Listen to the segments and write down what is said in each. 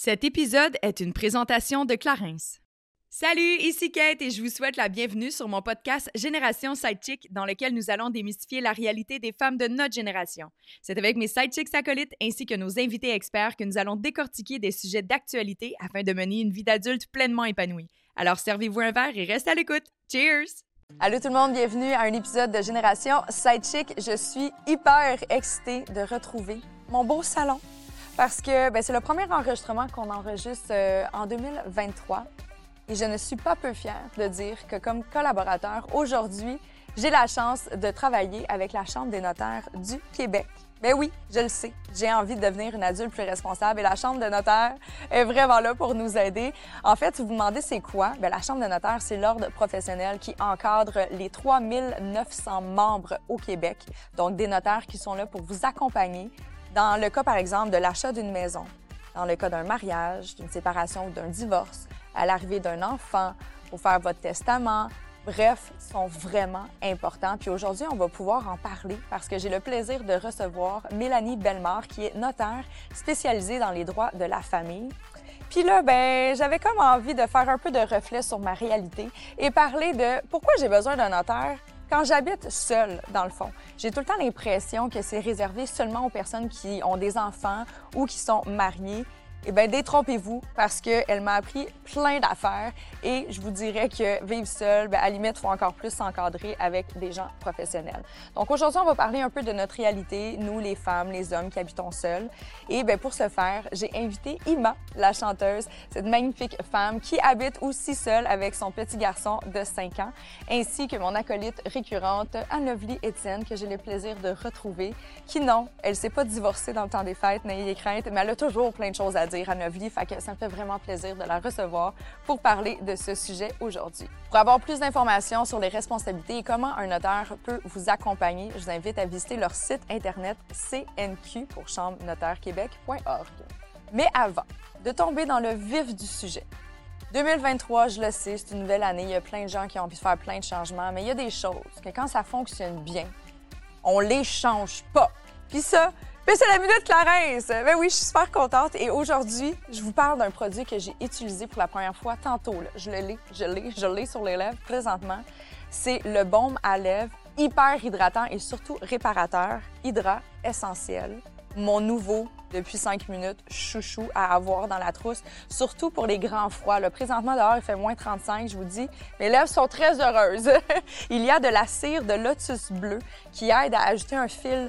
Cet épisode est une présentation de Clarence. Salut, ici Kate et je vous souhaite la bienvenue sur mon podcast Génération Sidechick dans lequel nous allons démystifier la réalité des femmes de notre génération. C'est avec mes sidechicks acolytes ainsi que nos invités experts que nous allons décortiquer des sujets d'actualité afin de mener une vie d'adulte pleinement épanouie. Alors servez-vous un verre et restez à l'écoute. Cheers! Allô tout le monde, bienvenue à un épisode de Génération Sidechick. Je suis hyper excitée de retrouver mon beau salon parce que c'est le premier enregistrement qu'on enregistre en 2023 et je ne suis pas peu fière de dire que comme collaborateur, aujourd'hui, j'ai la chance de travailler avec la Chambre des notaires du Québec. Ben oui, je le sais, j'ai envie de devenir une adulte plus responsable et la Chambre de notaires est vraiment là pour nous aider. En fait, si vous vous demandez c'est quoi, la Chambre de notaires, c'est l'ordre professionnel qui encadre les 3900 membres au Québec, donc des notaires qui sont là pour vous accompagner dans le cas, par exemple, de l'achat d'une maison, dans le cas d'un mariage, d'une séparation ou d'un divorce, à l'arrivée d'un enfant, pour faire votre testament. Bref, ils sont vraiment importants. Puis aujourd'hui, on va pouvoir en parler parce que j'ai le plaisir de recevoir Mélanie Bellemare, qui est notaire spécialisée dans les droits de la famille. Puis là, j'avais comme envie de faire un peu de reflet sur ma réalité et parler de pourquoi j'ai besoin d'un notaire quand j'habite seule, dans le fond. J'ai tout le temps l'impression que c'est réservé seulement aux personnes qui ont des enfants ou qui sont mariées. Eh bien, détrompez-vous parce qu'elle m'a appris plein d'affaires et je vous dirais que vivre seul, à la limite, il faut encore plus s'encadrer avec des gens professionnels. Donc aujourd'hui, on va parler un peu de notre réalité, nous, les femmes, les hommes qui habitons seuls. Et pour ce faire, j'ai invité Ima, la chanteuse, cette magnifique femme qui habite aussi seule avec son petit garçon de 5 ans, ainsi que mon acolyte récurrente, Anne-Lovely Étienne, que j'ai le plaisir de retrouver, qui non, elle s'est pas divorcée dans le temps des fêtes, n'ayez crainte, mais elle a toujours plein de choses à dire. Anne-Lovely, fait que ça me fait vraiment plaisir de la recevoir pour parler de ce sujet aujourd'hui. Pour avoir plus d'informations sur les responsabilités et comment un notaire peut vous accompagner, je vous invite à visiter leur site internet CNQ pour chambre-notaire-québec.org. Mais avant de tomber dans le vif du sujet, 2023, je le sais, c'est une nouvelle année, il y a plein de gens qui ont envie de faire plein de changements, mais il y a des choses que quand ça fonctionne bien, on les change pas. Puis ça, c'est la minute Clarence! Ben oui, je suis super contente et aujourd'hui, je vous parle d'un produit que j'ai utilisé pour la première fois tantôt. Là. Je l'ai sur les lèvres présentement. C'est le baume à lèvres hyper hydratant et surtout réparateur, Hydra Essentiel. Mon nouveau, depuis 5 minutes, chouchou à avoir dans la trousse, surtout pour les grands froids. Là, présentement, dehors, il fait moins 35, je vous dis. Mes lèvres sont très heureuses. Il y a de la cire de lotus bleu qui aide à ajouter un film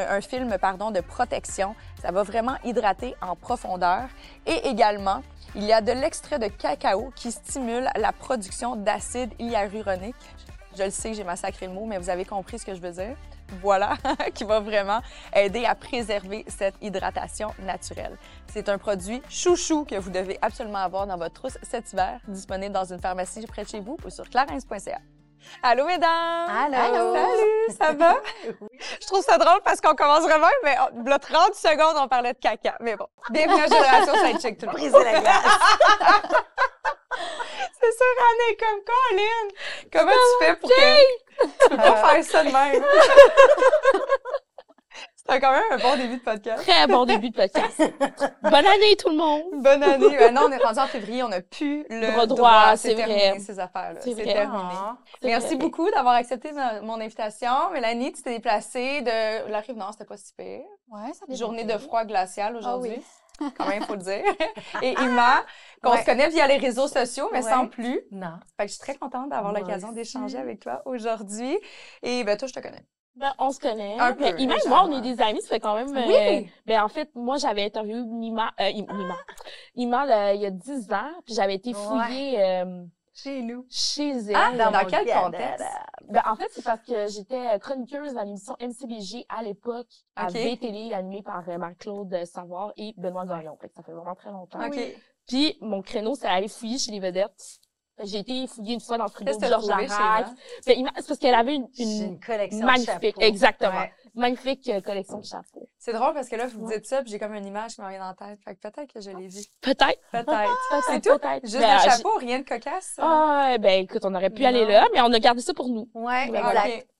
de protection. Ça va vraiment hydrater en profondeur. Et également, il y a de l'extrait de cacao qui stimule la production d'acide hyaluronique. Je le sais, j'ai massacré le mot, mais vous avez compris ce que je veux dire. Voilà, qui va vraiment aider à préserver cette hydratation naturelle. C'est un produit chouchou que vous devez absolument avoir dans votre trousse cet hiver, disponible dans une pharmacie près de chez vous ou sur clarence.ca. Allô, mesdames! Allô! Salut, ça va? Oui. Je trouve ça drôle parce qu'on commence vraiment, mais là, 30 secondes, on parlait de caca. Mais bon, bienvenue à Génération Sidechick, tout le monde. Briser la glace! C'est sûr, Anne est comme Colin! Comment tu fais pour que... Tu peux pas faire ça de même? C'était quand même un bon début de podcast. Très bon début de podcast. Bonne année, tout le monde! Bonne année! Non, on est rendu en février, on n'a plus le droit. C'est terminé, vrai. ces affaires-là. C'est vrai. Terminé. Merci beaucoup d'avoir accepté mon invitation. Mélanie, tu t'es déplacée de la Rive-Nord, c'était pas si pire. Ouais, ça Journée de froid glacial aujourd'hui. Ah oui. Quand même, il faut le dire. Et Ima, qu'on se connaît via les réseaux sociaux, mais sans plus. Non. Fait que je suis très contente d'avoir l'occasion d'échanger avec toi aujourd'hui. Et toi, je te connais. On se connaît. Un peu, Ima et moi, on est des amis, ça fait quand même... Oui! En fait, moi, j'avais interviewé Ima il y a 10 ans, puis j'avais été fouillée Chez nous. chez elle. Ah, dans quel contexte? En fait, c'est parce que j'étais chroniqueuse dans l'émission MCBG à l'époque, à VTL, animée par Marc-Claude Savard et Benoît Gagnon. Fait que ça fait vraiment très longtemps. OK. Puis, mon créneau, c'est aller fouiller chez les vedettes. J'ai été fouillée une fois dans le frigo de Qu'est-ce que Georges t'as trouvé Larac. C'est parce qu'elle avait une collection magnifique, de chapeaux. exactement. Ouais. Magnifique collection de chapeaux. C'est drôle parce que là, vous dites ça, puis j'ai comme une image qui me revient dans la tête. Fait que peut-être que je l'ai vue. Peut-être. C'est tout? Peut-être. Juste un chapeau, rien de cocasse? Écoute, on aurait pu aller là, mais on a gardé ça pour nous. Ouais, Ah, exact. OK.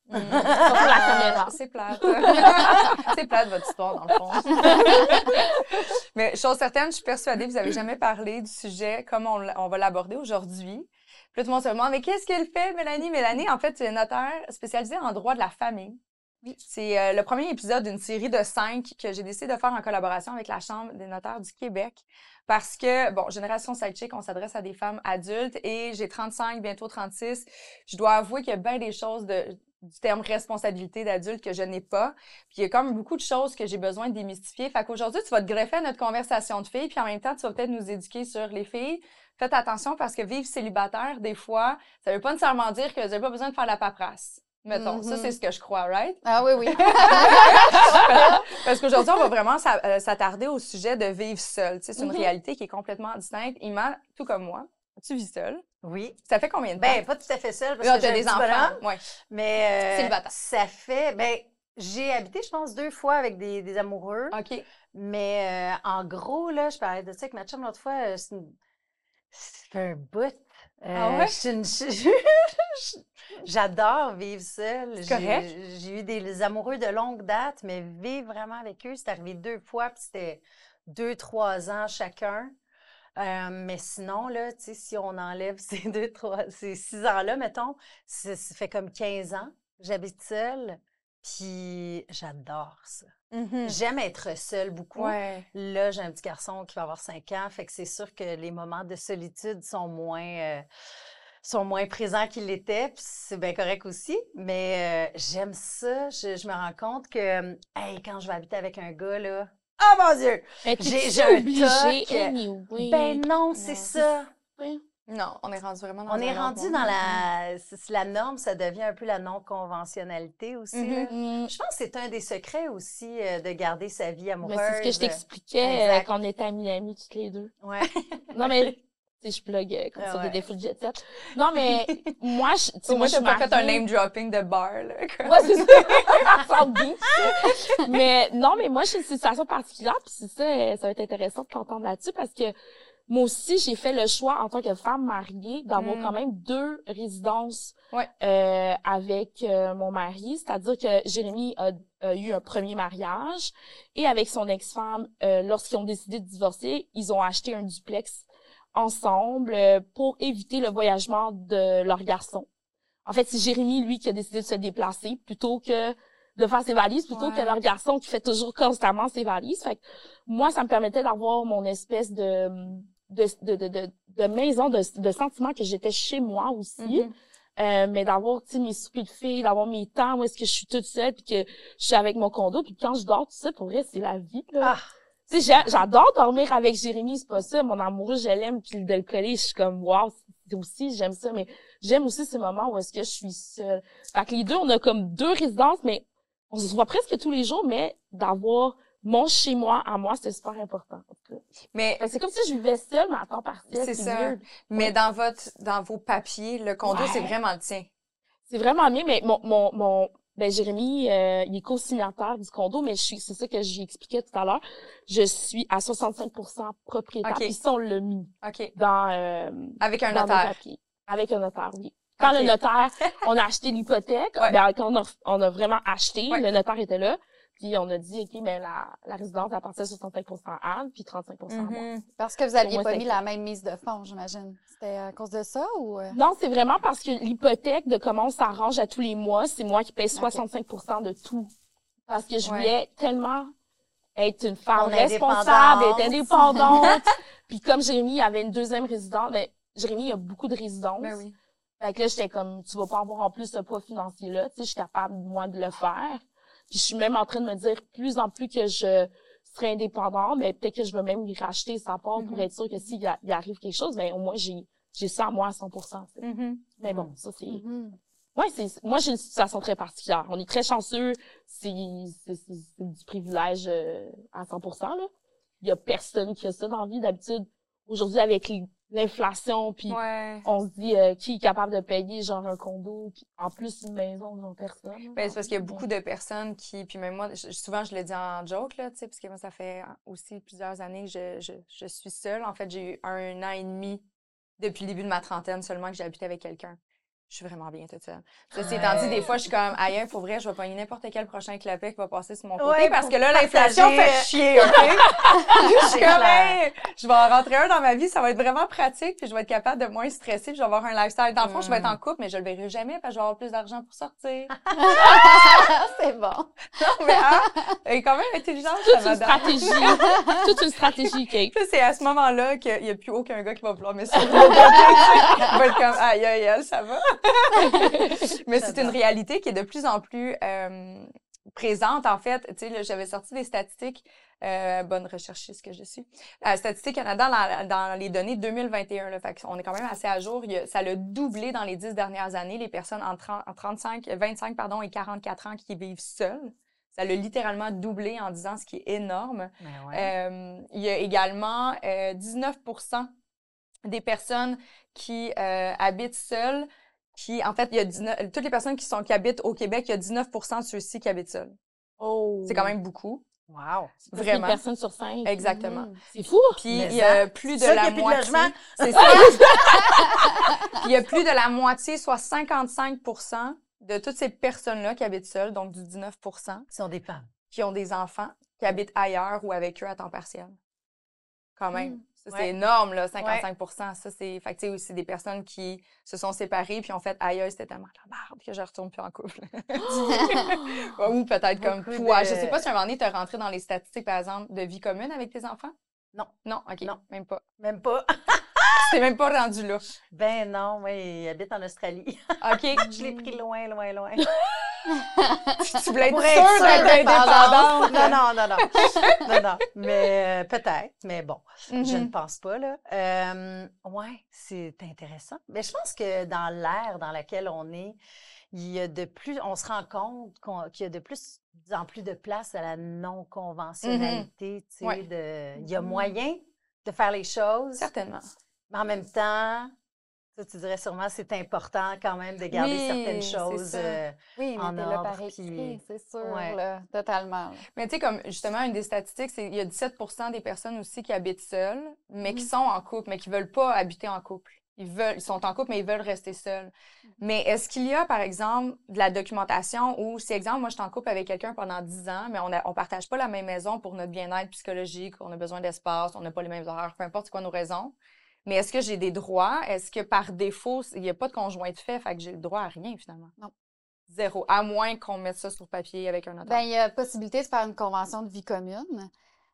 Surtout la caméra. C'est plate. C'est plate, votre histoire, dans le fond. Mais chose certaine, je suis persuadée que vous n'avez jamais parlé du sujet comme on va l'aborder aujourd'hui. Puis là, tout le monde se demande, mais qu'est-ce qu'elle fait, Mélanie? Mélanie, en fait, c'est une notaire spécialisée en droit de la famille. Oui. C'est le premier épisode d'une série de 5 que j'ai décidé de faire en collaboration avec la Chambre des notaires du Québec. Parce que, bon, Génération Sidechick, on s'adresse à des femmes adultes et j'ai 35, bientôt 36. Je dois avouer qu'il y a bien des choses du terme responsabilité d'adulte que je n'ai pas. Puis il y a comme beaucoup de choses que j'ai besoin de démystifier. Fait qu'aujourd'hui, tu vas te greffer à notre conversation de filles, puis en même temps, tu vas peut-être nous éduquer sur les filles. Faites attention parce que vivre célibataire, des fois, ça veut pas nécessairement dire que vous n'avez pas besoin de faire la paperasse. Mettons, ça, c'est ce que je crois, right? Ah oui, oui. Parce qu'aujourd'hui, on va vraiment s'attarder au sujet de vivre seul. Tu sais, c'est une réalité qui est complètement distincte. Ima, tout comme moi, tu vis seule. Oui. Ça fait combien de temps? Ben, pas tout à fait seule, parce Là, que t'as j'ai des un petit enfants. bonhomme, Ouais. mais Célibataire. ça fait... Ben, j'ai habité, je pense, 2 fois avec des amoureux. OK. Mais en gros, là, je parlais de ça avec ma chum l'autre fois, ça fait un bout. Ah ouais? J'adore vivre seule. C'est correct. J'ai eu des amoureux de longue date, mais vivre vraiment avec eux, c'est arrivé 2 fois, puis c'était 2-3 ans chacun. Mais sinon, là, tu sais, si on enlève ces 6 ans-là, mettons, ça fait comme 15 ans. J'habite seule, puis j'adore ça. J'aime être seule beaucoup. Ouais. Là, j'ai un petit garçon qui va avoir 5 ans, fait que c'est sûr que les moments de solitude sont moins présents qu'ils l'étaient, puis c'est bien correct aussi. Mais j'aime ça. Je me rends compte que, hey, quand je vais habiter avec un gars, là, oh mon Dieu! J'ai un obligé, toc. anyway. Ben non, c'est ça. Non, on est rendu vraiment dans On est rendu monde. dans la norme, ça devient un peu la non-conventionnalité aussi. Là. Mm. Je pense que c'est un des secrets aussi de garder sa vie amoureuse. Mais c'est ce que je t'expliquais Exact. quand on était amis toutes les deux. Ouais. Non, mais, tu sais, je plug comme ça ouais. des défauts de jet set. Non, mais moi, tu sais, Moi, je t'as suis pas fait un mariée. name dropping de bar, là. Quoi. Ouais, c'est ça. Ça sent bien, ça. Mais non, mais moi, j'ai une situation particulière, puis c'est ça, ça va être intéressant de t'entendre là-dessus parce que moi aussi, j'ai fait le choix en tant que femme mariée d'avoir quand même 2 résidences avec mon mari. C'est-à-dire que Jérémy a eu un premier mariage et avec son ex-femme, lorsqu'ils ont décidé de divorcer, ils ont acheté un duplex ensemble pour éviter le voyagement de leur garçon. En fait, c'est Jérémy, lui, qui a décidé de se déplacer plutôt que de faire ses valises, plutôt que leur garçon qui fait toujours constamment ses valises. Fait que moi, ça me permettait d'avoir mon espèce de maison, de sentiment que j'étais chez moi aussi. Mais d'avoir, tu sais, mes soupers de filles, d'avoir mes temps où est-ce que je suis toute seule puis que je suis avec mon condo puis quand je dors, tout ça, pour vrai, c'est la vie, là. Ah. Tu sais, j'adore dormir avec Jérémy, c'est pas ça. Mon amoureux, je l'aime, puis de le coller, je suis comme, wow, c'est aussi, j'aime ça. Mais j'aime aussi ces moments où est-ce que je suis seule. Fait que les deux, on a comme 2 résidences, mais on se voit presque tous les jours, mais d'avoir mon chez-moi à moi, c'est super important. Mais c'est comme si je vivais seule, mais à temps partiel. c'est ça. Weird. Mais dans vos papiers, le condo, c'est vraiment le tien. C'est vraiment bien, mais ben Jérémy, il est co-signataire du condo, mais c'est ça que j'ai expliqué tout à l'heure. Je suis à 65% propriétaire. Okay. Puis ça, on l'a mis OK. dans Avec un dans nos notaire. papiers. Avec un notaire, oui. Quand le notaire, on a acheté l'hypothèque, ben, quand on a vraiment acheté, le notaire était là. Puis on a dit, OK, mais la résidence appartient à 65% à Anne, puis 35% à moi. Parce que vous aviez moi, pas c'est mis la même mise de fonds, j'imagine. C'était à cause de ça ou... Non, c'est vraiment parce que l'hypothèque de comment on s'arrange à tous les mois, c'est moi qui paye 65% de tout. Parce que je voulais tellement être une femme responsable, être indépendante. Puis comme Jérémy avait une 2e résidence, ben, Jérémy a beaucoup de résidences. Ben oui. Fait que là, j'étais comme, tu vas pas avoir en plus ce poids financier-là. Tu sais, je suis capable, moi, de le faire. Puis je suis même en train de me dire, plus en plus que je serai indépendante, mais peut-être que je vais même lui racheter sa part pour être sûre que s'il y arrive quelque chose, ben au moins j'ai ça à moi à 100%. Mais bon, ça c'est... Ouais, moi j'ai une situation très particulière. On est très chanceux, c'est du privilège à 100%, là. Il y a personne qui a ça dans la vie d'habitude. Aujourd'hui, avec l'inflation, puis on se dit qui est capable de payer genre un condo, puis en plus une maison, genre personne. Ben, c'est parce qu'il y a beaucoup de personnes qui, puis même moi, souvent je le dis en joke, là, tu sais, parce que moi, ça fait aussi plusieurs années que je suis seule. En fait, j'ai eu 1 an et demi depuis le début de ma trentaine seulement que j'ai habité avec quelqu'un. je suis vraiment bien toute seule. Ceci étant dit, des fois, je suis comme, aïe, pour vrai, je vais pogner n'importe quel prochain clapet qui va passer sur mon côté Ouais, parce pour que là, l'inflation partager. fait chier, OK? Je suis C'est comme, clair. hey, je vais en rentrer un dans ma vie, ça va être vraiment pratique, puis je vais être capable de moins stresser, puis je vais avoir un lifestyle. Dans le fond, je vais être en couple, mais je le verrai jamais parce que je vais avoir plus d'argent pour sortir. C'est bon. Non, mais elle est quand même intelligente, Toute ça, une madame. stratégie. Toute une stratégie, Kate. Puis c'est à ce moment-là qu'il n'y a plus aucun gars qui va vouloir me sortir. Il va être comme, aïe, aïe, aïe, ça va. Mais c'est une réalité qui est de plus en plus présente, en fait. Tu sais, là, j'avais sorti des statistiques, bonne recherchiste que je suis. Statistique Canada dans les données 2021, là, fait on est quand même assez à jour. Ça l'a doublé dans les 10 dernières années, les personnes en 25 et 44 ans qui vivent seules. Ça l'a littéralement doublé en 10 ans, ce qui est énorme. Ben ouais. Il y a également 19% des personnes qui habitent seules. En fait, il y a toutes les personnes qui habitent au Québec, il y a 19% de ceux-ci qui habitent seuls. Oh. C'est quand même beaucoup. Wow. Vraiment. Une personne sur 5. Exactement. C'est fou. Puis Mais il y a ça, plus de c'est ça la qu'il y a plus de moitié. logement. C'est ça. Puis il y a plus de la moitié, soit 55% de toutes ces personnes-là qui habitent seules, donc du 19%, Ils sont des femmes. qui ont des enfants, qui habitent ailleurs ou avec eux à temps partiel. Quand même. Ça, c'est énorme, là, 55%. Ça, c'est... Fait que, tu sais, c'est des personnes qui se sont séparées puis ont fait « Aïe, c'était tellement de la merde que je retourne plus en couple. » Ou peut-être comme Beaucoup toi. de- Je sais pas si à un moment donné, tu as rentré dans les statistiques, par exemple, de vie commune avec tes enfants? Non. Non, OK. Non. Même pas. Même pas. T'es même pas rendu là. Ben non, oui, ils habitent en Australie. OK. Je l'ai pris loin, loin, loin. Tu voulais être Pour sûre être d'être sûre, indépendante. Non, non, non, non. Non, non. Mais peut-être, mais bon, je ne Mhm. pense pas, là. Ouais, c'est intéressant. Mais je pense que dans l'ère dans laquelle on est, il y a on se rend compte qu'il y a de plus en plus de place à la non-conventionnalité, tu sais, Ouais. il y a moyen de faire les choses, Certainement. mais en même temps, ça, tu dirais sûrement c'est important quand même de garder Oui, certaines c'est choses. ça. Oui, En mettez-le par ordre, écrit, puis- c'est sûr, Ouais. là, totalement. Là. Mais tu sais, comme justement, une des statistiques, c'est qu'il y a 17% des personnes aussi qui habitent seules, mais qui sont en couple, mais qui veulent pas habiter en couple. Ils sont en couple, mais ils veulent rester seuls. Mais est-ce qu'il y a, par exemple, de la documentation où, si, exemple, moi, je suis en couple avec quelqu'un pendant 10 ans, mais on partage pas la même maison pour notre bien-être psychologique, on a besoin d'espace, on n'a pas les mêmes horaires, peu importe c'est quoi nos raisons. Mais est-ce que j'ai des droits? Est-ce que par défaut, il n'y a pas de conjoint de fait, fait que j'ai le droit à rien, finalement? Non. Zéro. À moins qu'on mette ça sur papier avec un notaire. Ben, il y a possibilité de faire une convention de vie commune.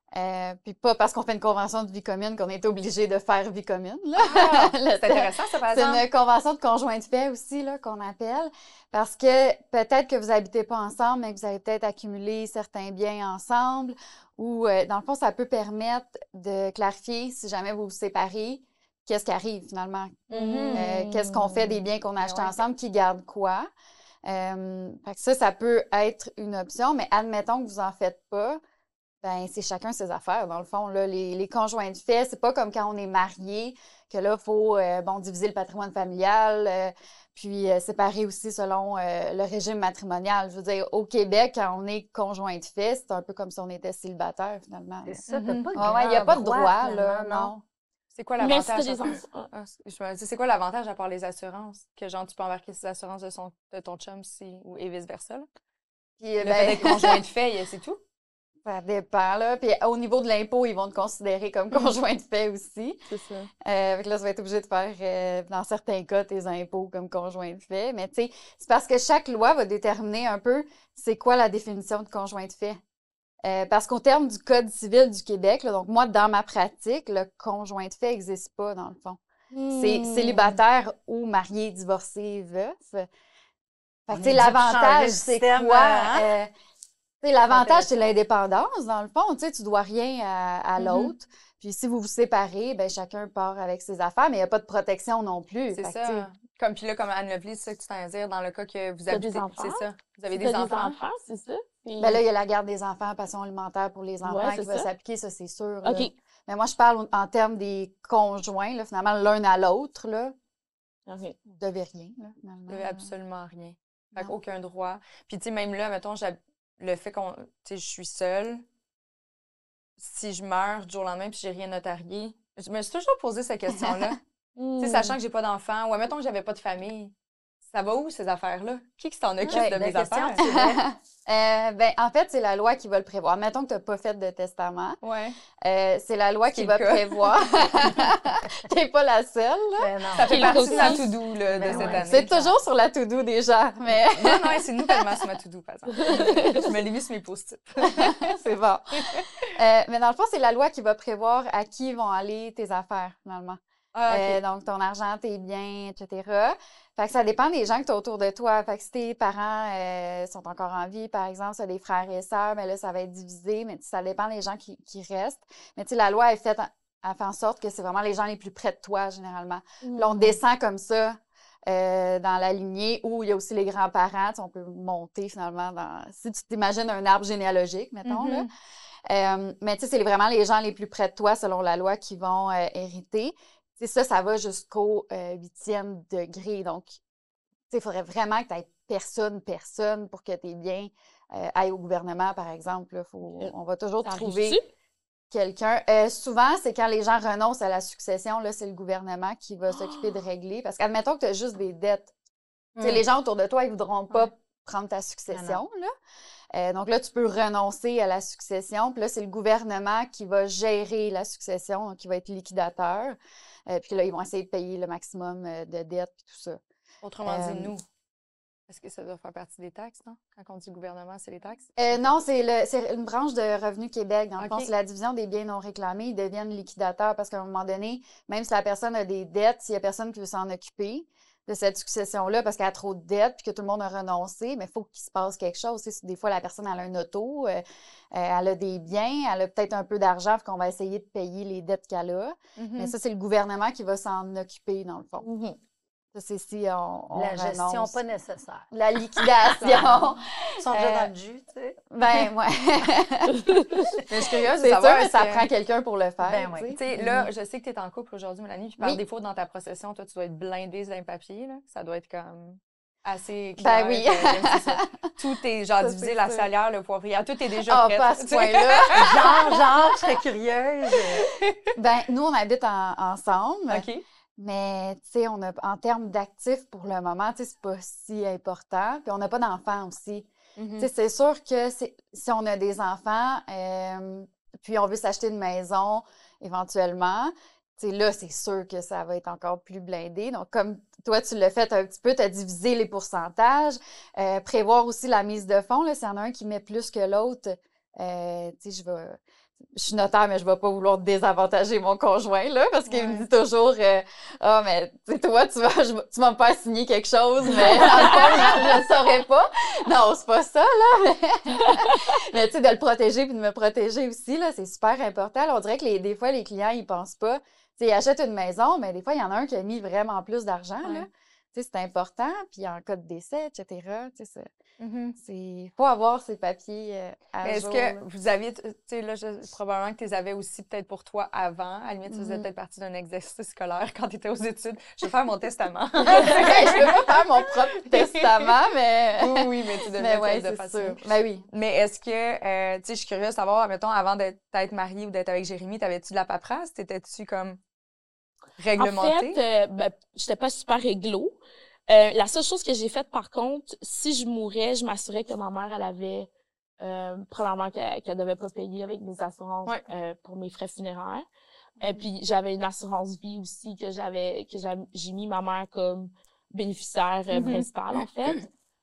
Puis pas parce qu'on fait une convention de vie commune qu'on est obligé de faire vie commune. Là. Ah, c'est intéressant, ça, par C'est exemple. une convention de conjoint de fait aussi là, qu'on appelle. Parce que peut-être que vous n'habitez pas ensemble, mais que vous avez peut-être accumulé certains biens ensemble. Ou, dans le fond, ça peut permettre de clarifier, si jamais vous vous séparez, qu'est-ce qui arrive finalement. Qu'est-ce qu'on fait des biens qu'on a achetés ouais. ensemble, qui garde quoi. Fait que ça peut être une option, mais admettons que vous en faites pas, ben c'est chacun ses affaires. Dans le fond, là, les conjoints de fait, c'est pas comme quand on est marié, que là, il faut diviser le patrimoine familial, puis séparer aussi selon le régime matrimonial. Je veux dire, au Québec, quand on est conjoint de fait, c'est un peu comme si on était célibataire, finalement. C'est ça, t'as pas de Ouais, il n'y a pas de droit, là, finalement, non. C'est quoi Mais l'avantage? si t'as des à part- enfants. je me dis, c'est quoi l'avantage à part les assurances? Que genre, tu peux embarquer ces assurances de ton chum et vice-versa, là? Puis, Le fait d'être conjoint de fait, c'est tout? ça dépend, là. Puis au niveau de l'impôt, ils vont te considérer comme conjoint de fait aussi. C'est ça. Fait que là, tu vas être obligé de faire, dans certains cas, tes impôts comme conjoint de fait. Mais tu sais, c'est parce que chaque loi va déterminer un peu c'est quoi la définition de conjoint de fait. Parce qu'au terme du Code civil du Québec, là, donc moi, dans ma pratique, le conjoint de fait n'existe pas, dans le fond. C'est célibataire ou marié, divorcé, veuf. Fait que, tu sais, l'avantage, c'est quoi? Tu sais, l'avantage, c'est l'indépendance, dans le fond. Tu sais, tu dois rien à l'autre. Puis si vous vous séparez, ben chacun part avec ses affaires, mais il n'y a pas de protection non plus. C'est Fait que, tu sais, ça. Puis là, comme Anne-Lovely, c'est ça que tu t'en à dire, dans le cas que vous T'as habitez. des enfants? C'est ça. Vous avez T'as des enfants. c'est ça? Puis- ben là, il y a la garde des enfants, pension alimentaire pour les enfants Ouais, qui c'est va ça. s'appliquer, ça, c'est sûr. Là. OK. Mais moi, je parle en termes des conjoints, là, finalement, l'un à l'autre, là. OK. Vous devez rien, là, finalement. Vous n'avez absolument rien. Fait Non. qu'aucun droit. Puis, tu sais, même là, mettons, le fait qu'on. Tu sais, je suis seule. Si je meurs du jour au lendemain puis j'ai rien notarié, je me suis toujours posé cette question-là. Tu sais, sachant que j'ai pas d'enfant, ou admettons que j'avais pas de famille. Ça va où, ces affaires-là? Qui s'en occupe Ouais, de mes belle question, affaires? c'est vrai. En fait, c'est la loi qui va le prévoir. Mettons que tu n'as pas fait de testament. Ouais. C'est la loi Ce qui qui est va le cas. prévoir. Tu n'es pas la seule, là. Ben non. Ça fait Qui partie le de la aussi. to-do là, de Ben cette ouais. année. C'est toujours sur la to-do des gens, mais Non, non, c'est nouvellement sur ma to-do, par exemple. Je me l'ai mis sur mes post-it. c'est bon. Mais dans le fond, c'est la loi qui va prévoir à qui vont aller tes affaires, finalement. Ah, OK. Donc, ton argent, tes biens, etc. Fait que ça dépend des gens que tu as autour de toi. Fait que si tes parents sont encore en vie, par exemple, si tu as des frères et sœurs, mais là, ça va être divisé, mais ça dépend des gens qui restent. Mais tu sais, la loi est faite, elle fait en sorte que c'est vraiment les gens les plus près de toi, généralement. Puis là, on descend comme ça dans la lignée où il y a aussi les grands-parents. Tu sais, on peut monter, finalement, si tu t'imagines un arbre généalogique, mettons, là. Mais tu sais, c'est vraiment les gens les plus près de toi, selon la loi, qui vont hériter. Tu sais, ça va jusqu'au 8e degré. Donc, tu sais, il faudrait vraiment que tu aies personne pour que tes biens aillent au gouvernement, par exemple. Là. On va toujours Ça trouver arrive-tu? quelqu'un. Souvent, c'est quand les gens renoncent à la succession, là, c'est le gouvernement qui va s'occuper de régler. Parce qu'admettons que tu as juste des dettes. Tu sais, les gens autour de toi, ils ne voudront pas prendre ta succession, là. Donc là, tu peux renoncer à la succession. Puis là, c'est le gouvernement qui va gérer la succession, donc qui va être liquidateur. Puis là, ils vont essayer de payer le maximum de dettes puis tout ça. Autrement dit, nous. Est-ce que ça doit faire partie des taxes, non? Quand on dit gouvernement, c'est les taxes? Non, c'est une branche de Revenu Québec. Dans le fond, OK. c'est la division des biens non réclamés. Ils deviennent liquidateurs parce qu'à un moment donné, même si la personne a des dettes, s'il y a personne qui veut s'en occuper de cette succession-là parce qu'elle a trop de dettes puis que tout le monde a renoncé, mais il faut qu'il se passe quelque chose. Tu sais, des fois, la personne elle a un auto, elle a des biens, elle a peut-être un peu d'argent, qu'on va essayer de payer les dettes qu'elle a. Mais ça, c'est le gouvernement qui va s'en occuper, dans le fond. Ça, c'est si on La gestion renonce. pas nécessaire. La liquidation. Ils sont déjà dans le jus, tu sais. Ben, ouais. Mais je suis curieuse de C'est sûr, savoir. mais ça est-ce que- prend quelqu'un pour le faire. Ben ouais. tu sais. Tu sais, là, je sais que tu es en couple aujourd'hui, Mélanie, puis par Oui. défaut, dans ta procession, toi, tu dois être blindée d'un papier, là. Ça doit être comme assez clair. Ben oui. C'est ça. Tout est, genre, Ça, divisé, c'est la sûr. salière, le poivrier, tout est déjà Ah, prêt. pas à ce tu sais. point-là. Genre, je serais curieuse. Ben, nous, on habite ensemble. OK. Mais, tu sais, en termes d'actifs, pour le moment, tu sais, c'est pas si important. Puis, on n'a pas d'enfants aussi. Tu sais, c'est sûr que si on a des enfants, puis on veut s'acheter une maison éventuellement, tu sais, là, c'est sûr que ça va être encore plus blindé. Donc, comme toi, tu l'as fait un petit peu, tu as divisé les pourcentages, prévoir aussi la mise de fonds. Là, s'il y en a un qui met plus que l'autre, tu sais, je suis notaire, mais je ne vais pas vouloir désavantager mon conjoint, là, parce qu'il me dit toujours ah, mais tu sais, toi, tu vas me faire signer quelque chose, mais dans le fond, je ne saurais pas. Non, c'est pas ça, là. Mais tu sais, de le protéger puis de me protéger aussi, là, c'est super important. Là, on dirait que des fois, les clients, ils pensent pas. Tu sais, ils achètent une maison, mais des fois, il y en a un qui a mis vraiment plus d'argent, là. Tu sais, c'est important. Puis en cas de décès, etc., tu sais, il faut avoir ces papiers à Mais est-ce jour. que Là. vous aviez, tu sais, là, probablement que tu les avais aussi peut-être pour toi avant. À la limite, tu faisais peut-être partie d'un exercice scolaire quand tu étais aux études. Je vais faire mon testament. Ben, je peux pas faire mon propre testament, mais... Oui, mais tu devais Mais ouais, de c'est façon. sûr. Ben oui. Mais est-ce que, tu sais, je suis curieuse de savoir, mettons, avant d'être mariée ou d'être avec Jérémy, t'avais-tu de la paperasse? T'étais-tu comme réglementée? En fait, j'étais pas super réglo. La seule chose que j'ai faite, par contre, si je mourais, je m'assurais que ma mère, elle avait, premièrement, qu'elle devait pas payer avec mes assurances pour mes frais funéraires. Puis j'avais une assurance vie aussi que j'ai mis ma mère comme bénéficiaire principale, en fait.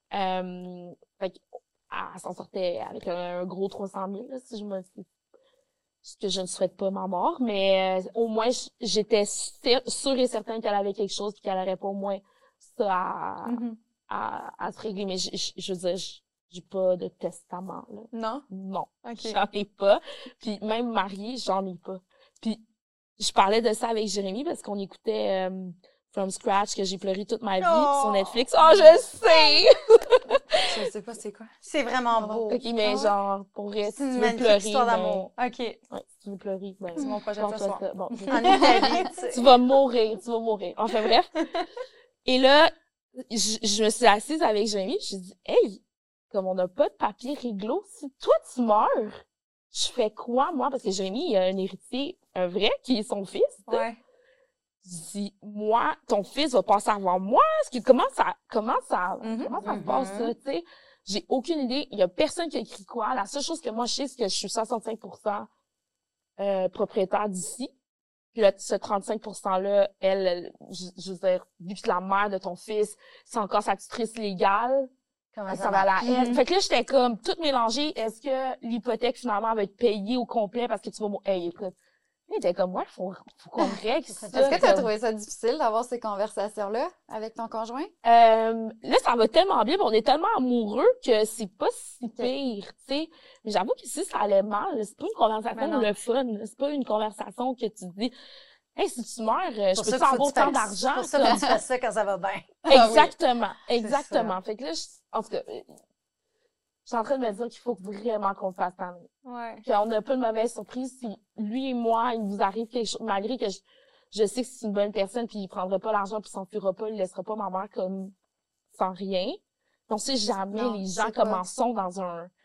Fait qu'elle s'en sortait avec un gros 300 000, là, ce que je ne souhaite pas ma mort, mais au moins, j'étais sûre et certaine qu'elle avait quelque chose puis qu'elle aurait pas au moins ça à se régler. Mais je veux dire, j'ai pas de testament, là. Non? Non. OK. J'en ai pas. Puis même mariée, j'en ai pas. Puis je parlais de ça avec Jérémy parce qu'on écoutait From Scratch, que j'ai pleuré toute ma vie sur Netflix. Oh, je sais! Je sais pas c'est quoi. C'est vraiment beau. OK, mais genre, pour vrai, si C'est tu une veux magnifique pleurer, histoire d'amour. OK. ouais, si tu veux pleurer, ben, C'est mon projet de ce pense-toi soir. ça. Bon, En Italie, tu sais. tu vas mourir. Enfin, bref. Et là, je me suis assise avec Jérémy, je me suis dit, hey, comme on n'a pas de papier réglo, si toi tu meurs, je fais quoi, moi? Parce que Jérémy, il a un héritier, un vrai, qui est son fils. Ouais. Je dis, moi, ton fils va passer avant moi? Comment ça se passe, ça, tu sais? J'ai aucune idée. Il y a personne qui a écrit quoi. La seule chose que moi, je sais, c'est que je suis 65% propriétaire d'ici. Puis là, ce 35%-là, je veux dire, vu que la mère de ton fils, c'est encore sa tutrice légale, ça va à elle. Fait que là, j'étais comme, toute mélangée. Est-ce que l'hypothèque, finalement, va être payée au complet parce que tu vas... Hey, écoute, il était comme, ouais, faut qu'on règle ça. Est-ce que tu as trouvé ça difficile d'avoir ces conversations-là avec ton conjoint? Là, ça va tellement bien, on est tellement amoureux que c'est pas si pire, tu sais. Mais j'avoue que si ça allait mal, c'est pas une conversation pour le fun. C'est pas une conversation que tu dis, hey, si tu meurs, je peux-tu avoir autant d'argent? C'est pour ça que tu fais ça quand ça va bien. Exactement, oui. exactement. Fait que là, en tout cas, je suis en train de me dire qu'il faut vraiment qu'on fasse tant mieux. Ouais. Qu'on n'a pas de mauvaise surprise si lui et moi, il nous arrive quelque chose, malgré que je sais que c'est une bonne personne puis il prendra pas l'argent puis il s'enfuira pas, il laissera pas ma mère comme sans rien. On sait jamais les gens comment sont dans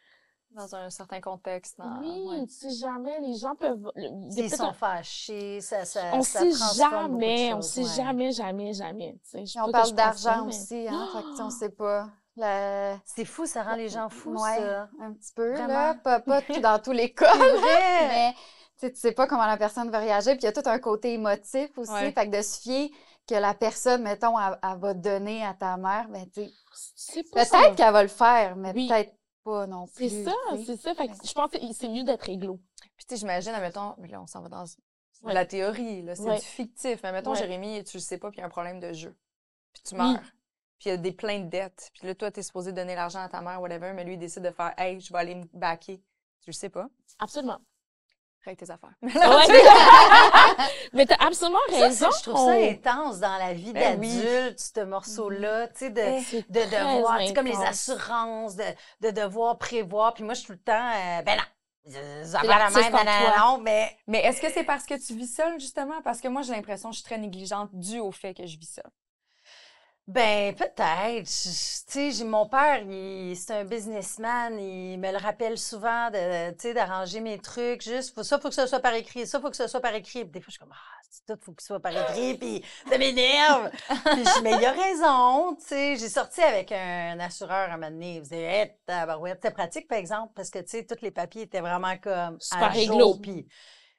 un certain contexte. tu sais jamais, les gens peuvent... Ils sont fâchés, on sait transforme jamais, beaucoup de on choses, sait jamais. On parle d'argent aussi, hein, fait que on sait pas. C'est fou, ça rend les gens fous, ouais, ça. un petit peu, Vraiment. là. Pas dans tous les cas, C'est vrai. mais tu sais pas comment la personne va réagir. Puis il y a tout un côté émotif aussi. Ouais. Fait que de se fier que la personne, mettons, elle va donner à ta mère, ben tu sais, peut-être peut-être qu'elle va le faire, mais Oui. peut-être pas non plus. C'est ça. Fait que je pense que c'est mieux d'être réglo. Puis tu sais, j'imagine, admettons, là, on s'en va dans Ouais. la théorie, là, c'est Ouais. du fictif. Mais admettons, Ouais. Jérémy, tu le sais pas, puis il y a un problème de jeu. Puis tu meurs. Puis il y a des plein de dettes. Puis là, toi, t'es supposé donner l'argent à ta mère, whatever, mais lui, il décide de faire « Hey, je vais aller me backer ». Tu le sais pas. Absolument. Règle tes affaires. Ouais. Mais t'as absolument raison. Je trouve ça intense dans la vie Ben oui. d'adulte, ce morceau-là, tu sais, C'est de très devoir, tu sais, comme les intense. assurances, de devoir prévoir. Puis moi, je suis tout le temps, ben non, ça C'est va la l'artiste même, en toi. non, mais... Mais est-ce que c'est parce que tu vis seule, justement? Parce que moi, j'ai l'impression que je suis très négligente dû au fait que je vis ça. Ben, peut-être. Tu sais, mon père, c'est un businessman. Il me le rappelle souvent tu sais, d'arranger mes trucs. Juste, faut que ce soit par écrit. Ça, faut que ce soit par écrit. Puis des fois, je suis comme, c'est tout, faut que ce soit par écrit. Puis ça m'énerve. Puis je dis, mais il a raison. Tu sais, j'ai sorti avec un assureur un moment donné. Il faisait, tabarouette. C'était pratique, par exemple, parce que, tu sais, tous les papiers étaient vraiment comme Super à jour. réglo. Puis...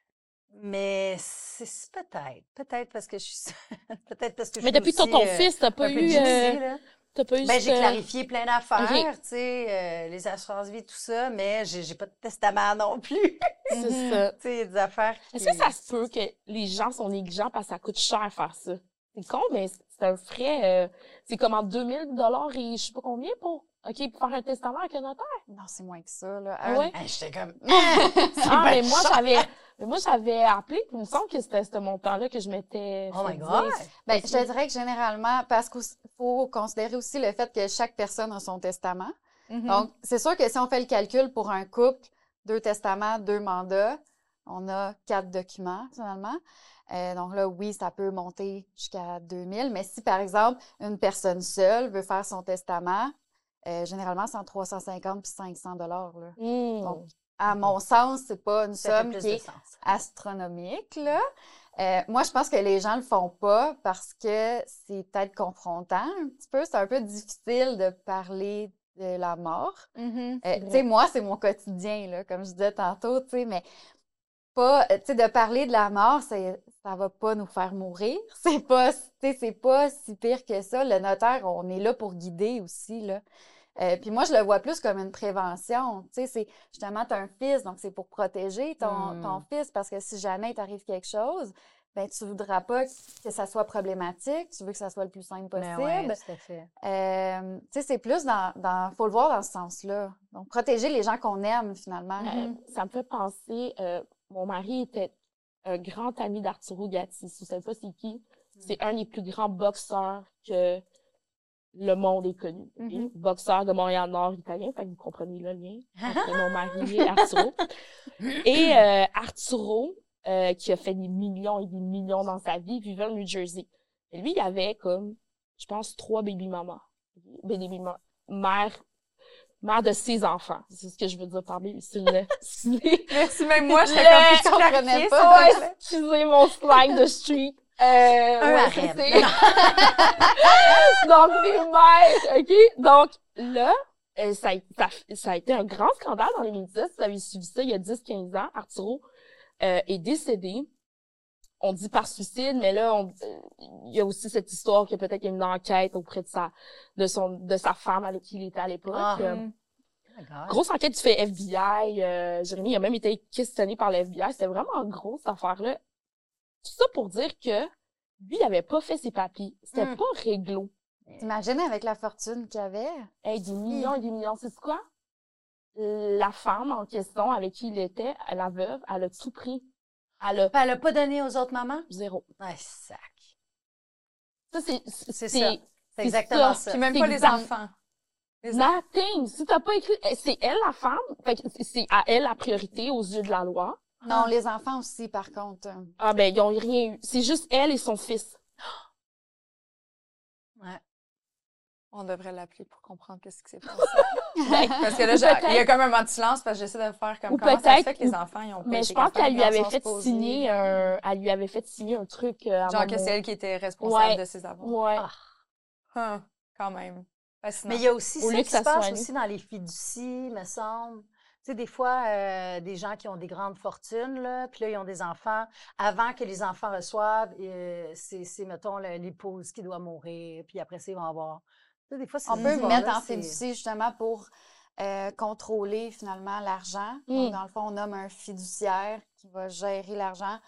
Mais c'est peut-être parce que je suis peut-être parce que je Mais suis depuis aussi, ton fils, t'as un pas peu eu... gypsy, là. T'as pas eu Ben, j'ai ce- clarifié plein d'affaires, Ok. tu sais, les assurances vie, tout ça, mais j'ai pas de testament non plus. C'est ça. Tu sais, des affaires qui... Est-ce que ça se peut que les gens sont négligents parce que ça coûte cher faire ça? C'est con, mais c'est un frais... c'est comme en 2000 $ et je sais pas combien pour faire un testament avec un notaire. Non, c'est moins que ça, là. Ah ouais? Hey, j'étais comme... Mais moi, j'avais appelé, puis il me semble que c'était ce montant-là que je m'étais Oh fait my God! dire. Ben, je te dirais que généralement, parce qu'il faut considérer aussi le fait que chaque personne a son testament. Donc, c'est sûr que si on fait le calcul pour un couple, 2 testaments, 2 mandats, on a 4 documents, finalement. Donc là, oui, ça peut monter jusqu'à 2000. Mais si, par exemple, une personne seule veut faire son testament, généralement, c'est entre 350 puis 500 $, là. Donc, à mon sens, c'est pas une Ça fait somme plus qui de est sens. astronomique, là. Moi, je pense que les gens le font pas parce que c'est peut-être confrontant un petit peu. C'est un peu difficile de parler de la mort. Tu sais, moi, c'est mon quotidien, là, comme je disais tantôt, tu sais, mais pas, tu sais, de parler de la mort, ça va pas nous faire mourir. C'est pas si pire que ça. Le notaire, on est là pour guider aussi, là. Puis moi, je le vois plus comme une prévention. Tu sais, c'est justement, tu as un fils, donc c'est pour protéger ton fils, parce que si jamais il t'arrive quelque chose, ben tu voudras pas que ça soit problématique, tu veux que ça soit le plus simple possible. Mais ouais, tout à fait. Tu sais, c'est plus faut le voir dans ce sens-là. Donc, protéger les gens qu'on aime, finalement. Ça me fait penser, mon mari était un grand ami d'Arturo Gatti. Si vous savez pas c'est qui, c'est un des plus grands boxeurs que le monde est connu. Okay? Boxeur de Montréal-Nord italien, fait que vous comprenez le lien entre mon mari et Arturo. Et Arturo, qui a fait des millions et des millions dans sa vie, vivait au New Jersey. Et lui, il avait comme, je pense, 3 baby-mamas. Mère de ses enfants. C'est ce que je veux dire par baby. Merci, même moi, je Je comprenais pas. Excusez mon slang de street. Un c'est- harem. Donc, primaire, OK? Donc, là, ça a été un grand scandale dans les médias. Si vous avez suivi ça il y a 10-15 ans, Arturo est décédé. On dit par suicide, mais là, il y a aussi cette histoire que peut-être qu'il y a une enquête auprès de sa femme avec qui il était à l'époque. Ah. Oh my God. Grosse enquête du fait FBI. Jérémy a même été questionné par le FBI. C'était vraiment gros, cette affaire-là. Tout ça pour dire que lui, il avait pas fait ses papiers. C'était pas réglo. T'imagines avec la fortune qu'il avait? Hey, des millions et des millions. C'est quoi? La femme en question avec qui il était, la veuve, elle a tout pris. Elle a Puis elle a pas donné aux autres mamans? zéro. Ah, sac. Ça, C'est ça. C'est exactement ça. Puis même C'est pas les exact. enfants. Nothing. Si t'as pas écrit, c'est elle la femme. Fait que c'est à elle la priorité aux yeux de la loi. Non, les enfants aussi, par contre. Ah ben, ils ont rien eu. C'est juste elle et son fils. Ouais. On devrait l'appeler pour comprendre qu'est-ce qui s'est passé. Parce que là, il y a comme un moment de silence parce que j'essaie de faire comme Ou comment ça se fait peut-être- que les enfants, ils ont pas Mais été je pense capables qu'elle lui quand avait ils sont fait supposés. signer un truc. À Genre un que moment. c'est elle qui était responsable Ouais. de ses avoirs. Ouais. Ah, quand même. Fascinant. Mais il y a aussi Au ça lieu qui que ça se passe soit aussi dans les fiducies, me semble. Tu sais, des fois, des gens qui ont des grandes fortunes, là, puis là, ils ont des enfants. Avant que les enfants reçoivent, c'est mettons, l'épouse qui doit mourir, puis après ça, ils vont avoir... Tu sais, des fois, On peut histoires-là, mettre en c'est- fiducie justement pour contrôler finalement l'argent. Donc, dans le fond, on nomme un fiduciaire qui va gérer l'argent.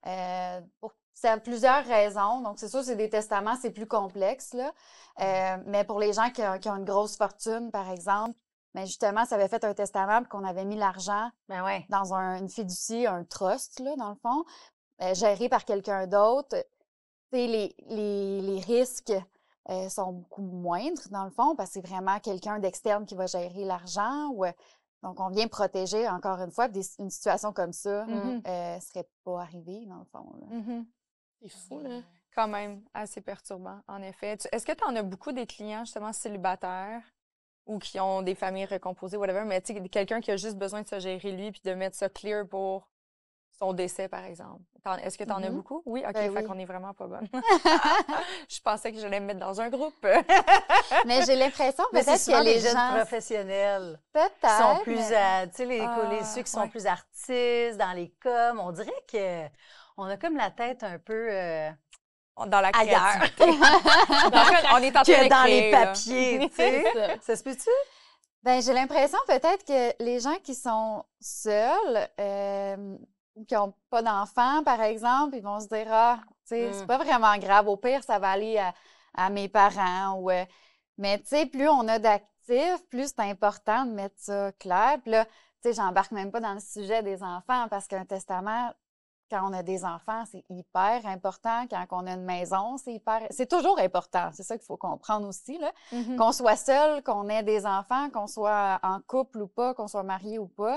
C'est à plusieurs raisons. Donc, c'est sûr, c'est des testaments, c'est plus complexe, là. Mais pour les gens qui ont une grosse fortune, par exemple, mais justement, ça avait fait un testament puis qu'on avait mis l'argent Ben ouais. dans une fiducie, un trust, là, dans le fond, géré par quelqu'un d'autre. Tu sais, les risques sont beaucoup moindres, dans le fond, parce que c'est vraiment quelqu'un d'externe qui va gérer l'argent. Donc, on vient protéger, encore une fois, une situation comme ça serait pas arrivée, dans le fond. Là. Mhm. C'est fou, là. Quand même, assez perturbant, en effet. Est-ce que tu en as beaucoup des clients, justement, célibataires ou qui ont des familles recomposées, whatever, mais tu sais, quelqu'un qui a juste besoin de se gérer lui puis de mettre ça clear pour son décès, par exemple? Est-ce que tu en as beaucoup? Oui? OK, Ben fait oui. qu'on est vraiment pas bonne. Je pensais que j'allais me mettre dans un groupe. Mais j'ai l'impression Mais c'est peut-être souvent que les des jeunes gens... professionnels qui Peut-être, sont plus, mais- tu sais, ceux qui sont ouais. plus artistes, dans les coms. On dirait que on a comme la tête un peu Dans la ailleurs créativité. On est en train que de dans créer, les là. papiers, tu sais. C'est ça. Ça se peut-tu? Ben, j'ai l'impression peut-être que les gens qui sont seuls ou qui n'ont pas d'enfants, par exemple, ils vont se dire, ah, tu sais, c'est pas vraiment grave. Au pire, ça va aller à mes parents. Mais tu sais, plus on a d'actifs, plus c'est important de mettre ça clair. Puis là, tu sais, j'embarque même pas dans le sujet des enfants parce qu'un testament, quand on a des enfants, c'est hyper important. Quand on a une maison, c'est toujours important. C'est ça qu'il faut comprendre aussi, là. Mhm. Qu'on soit seul, qu'on ait des enfants, qu'on soit en couple ou pas, qu'on soit marié ou pas.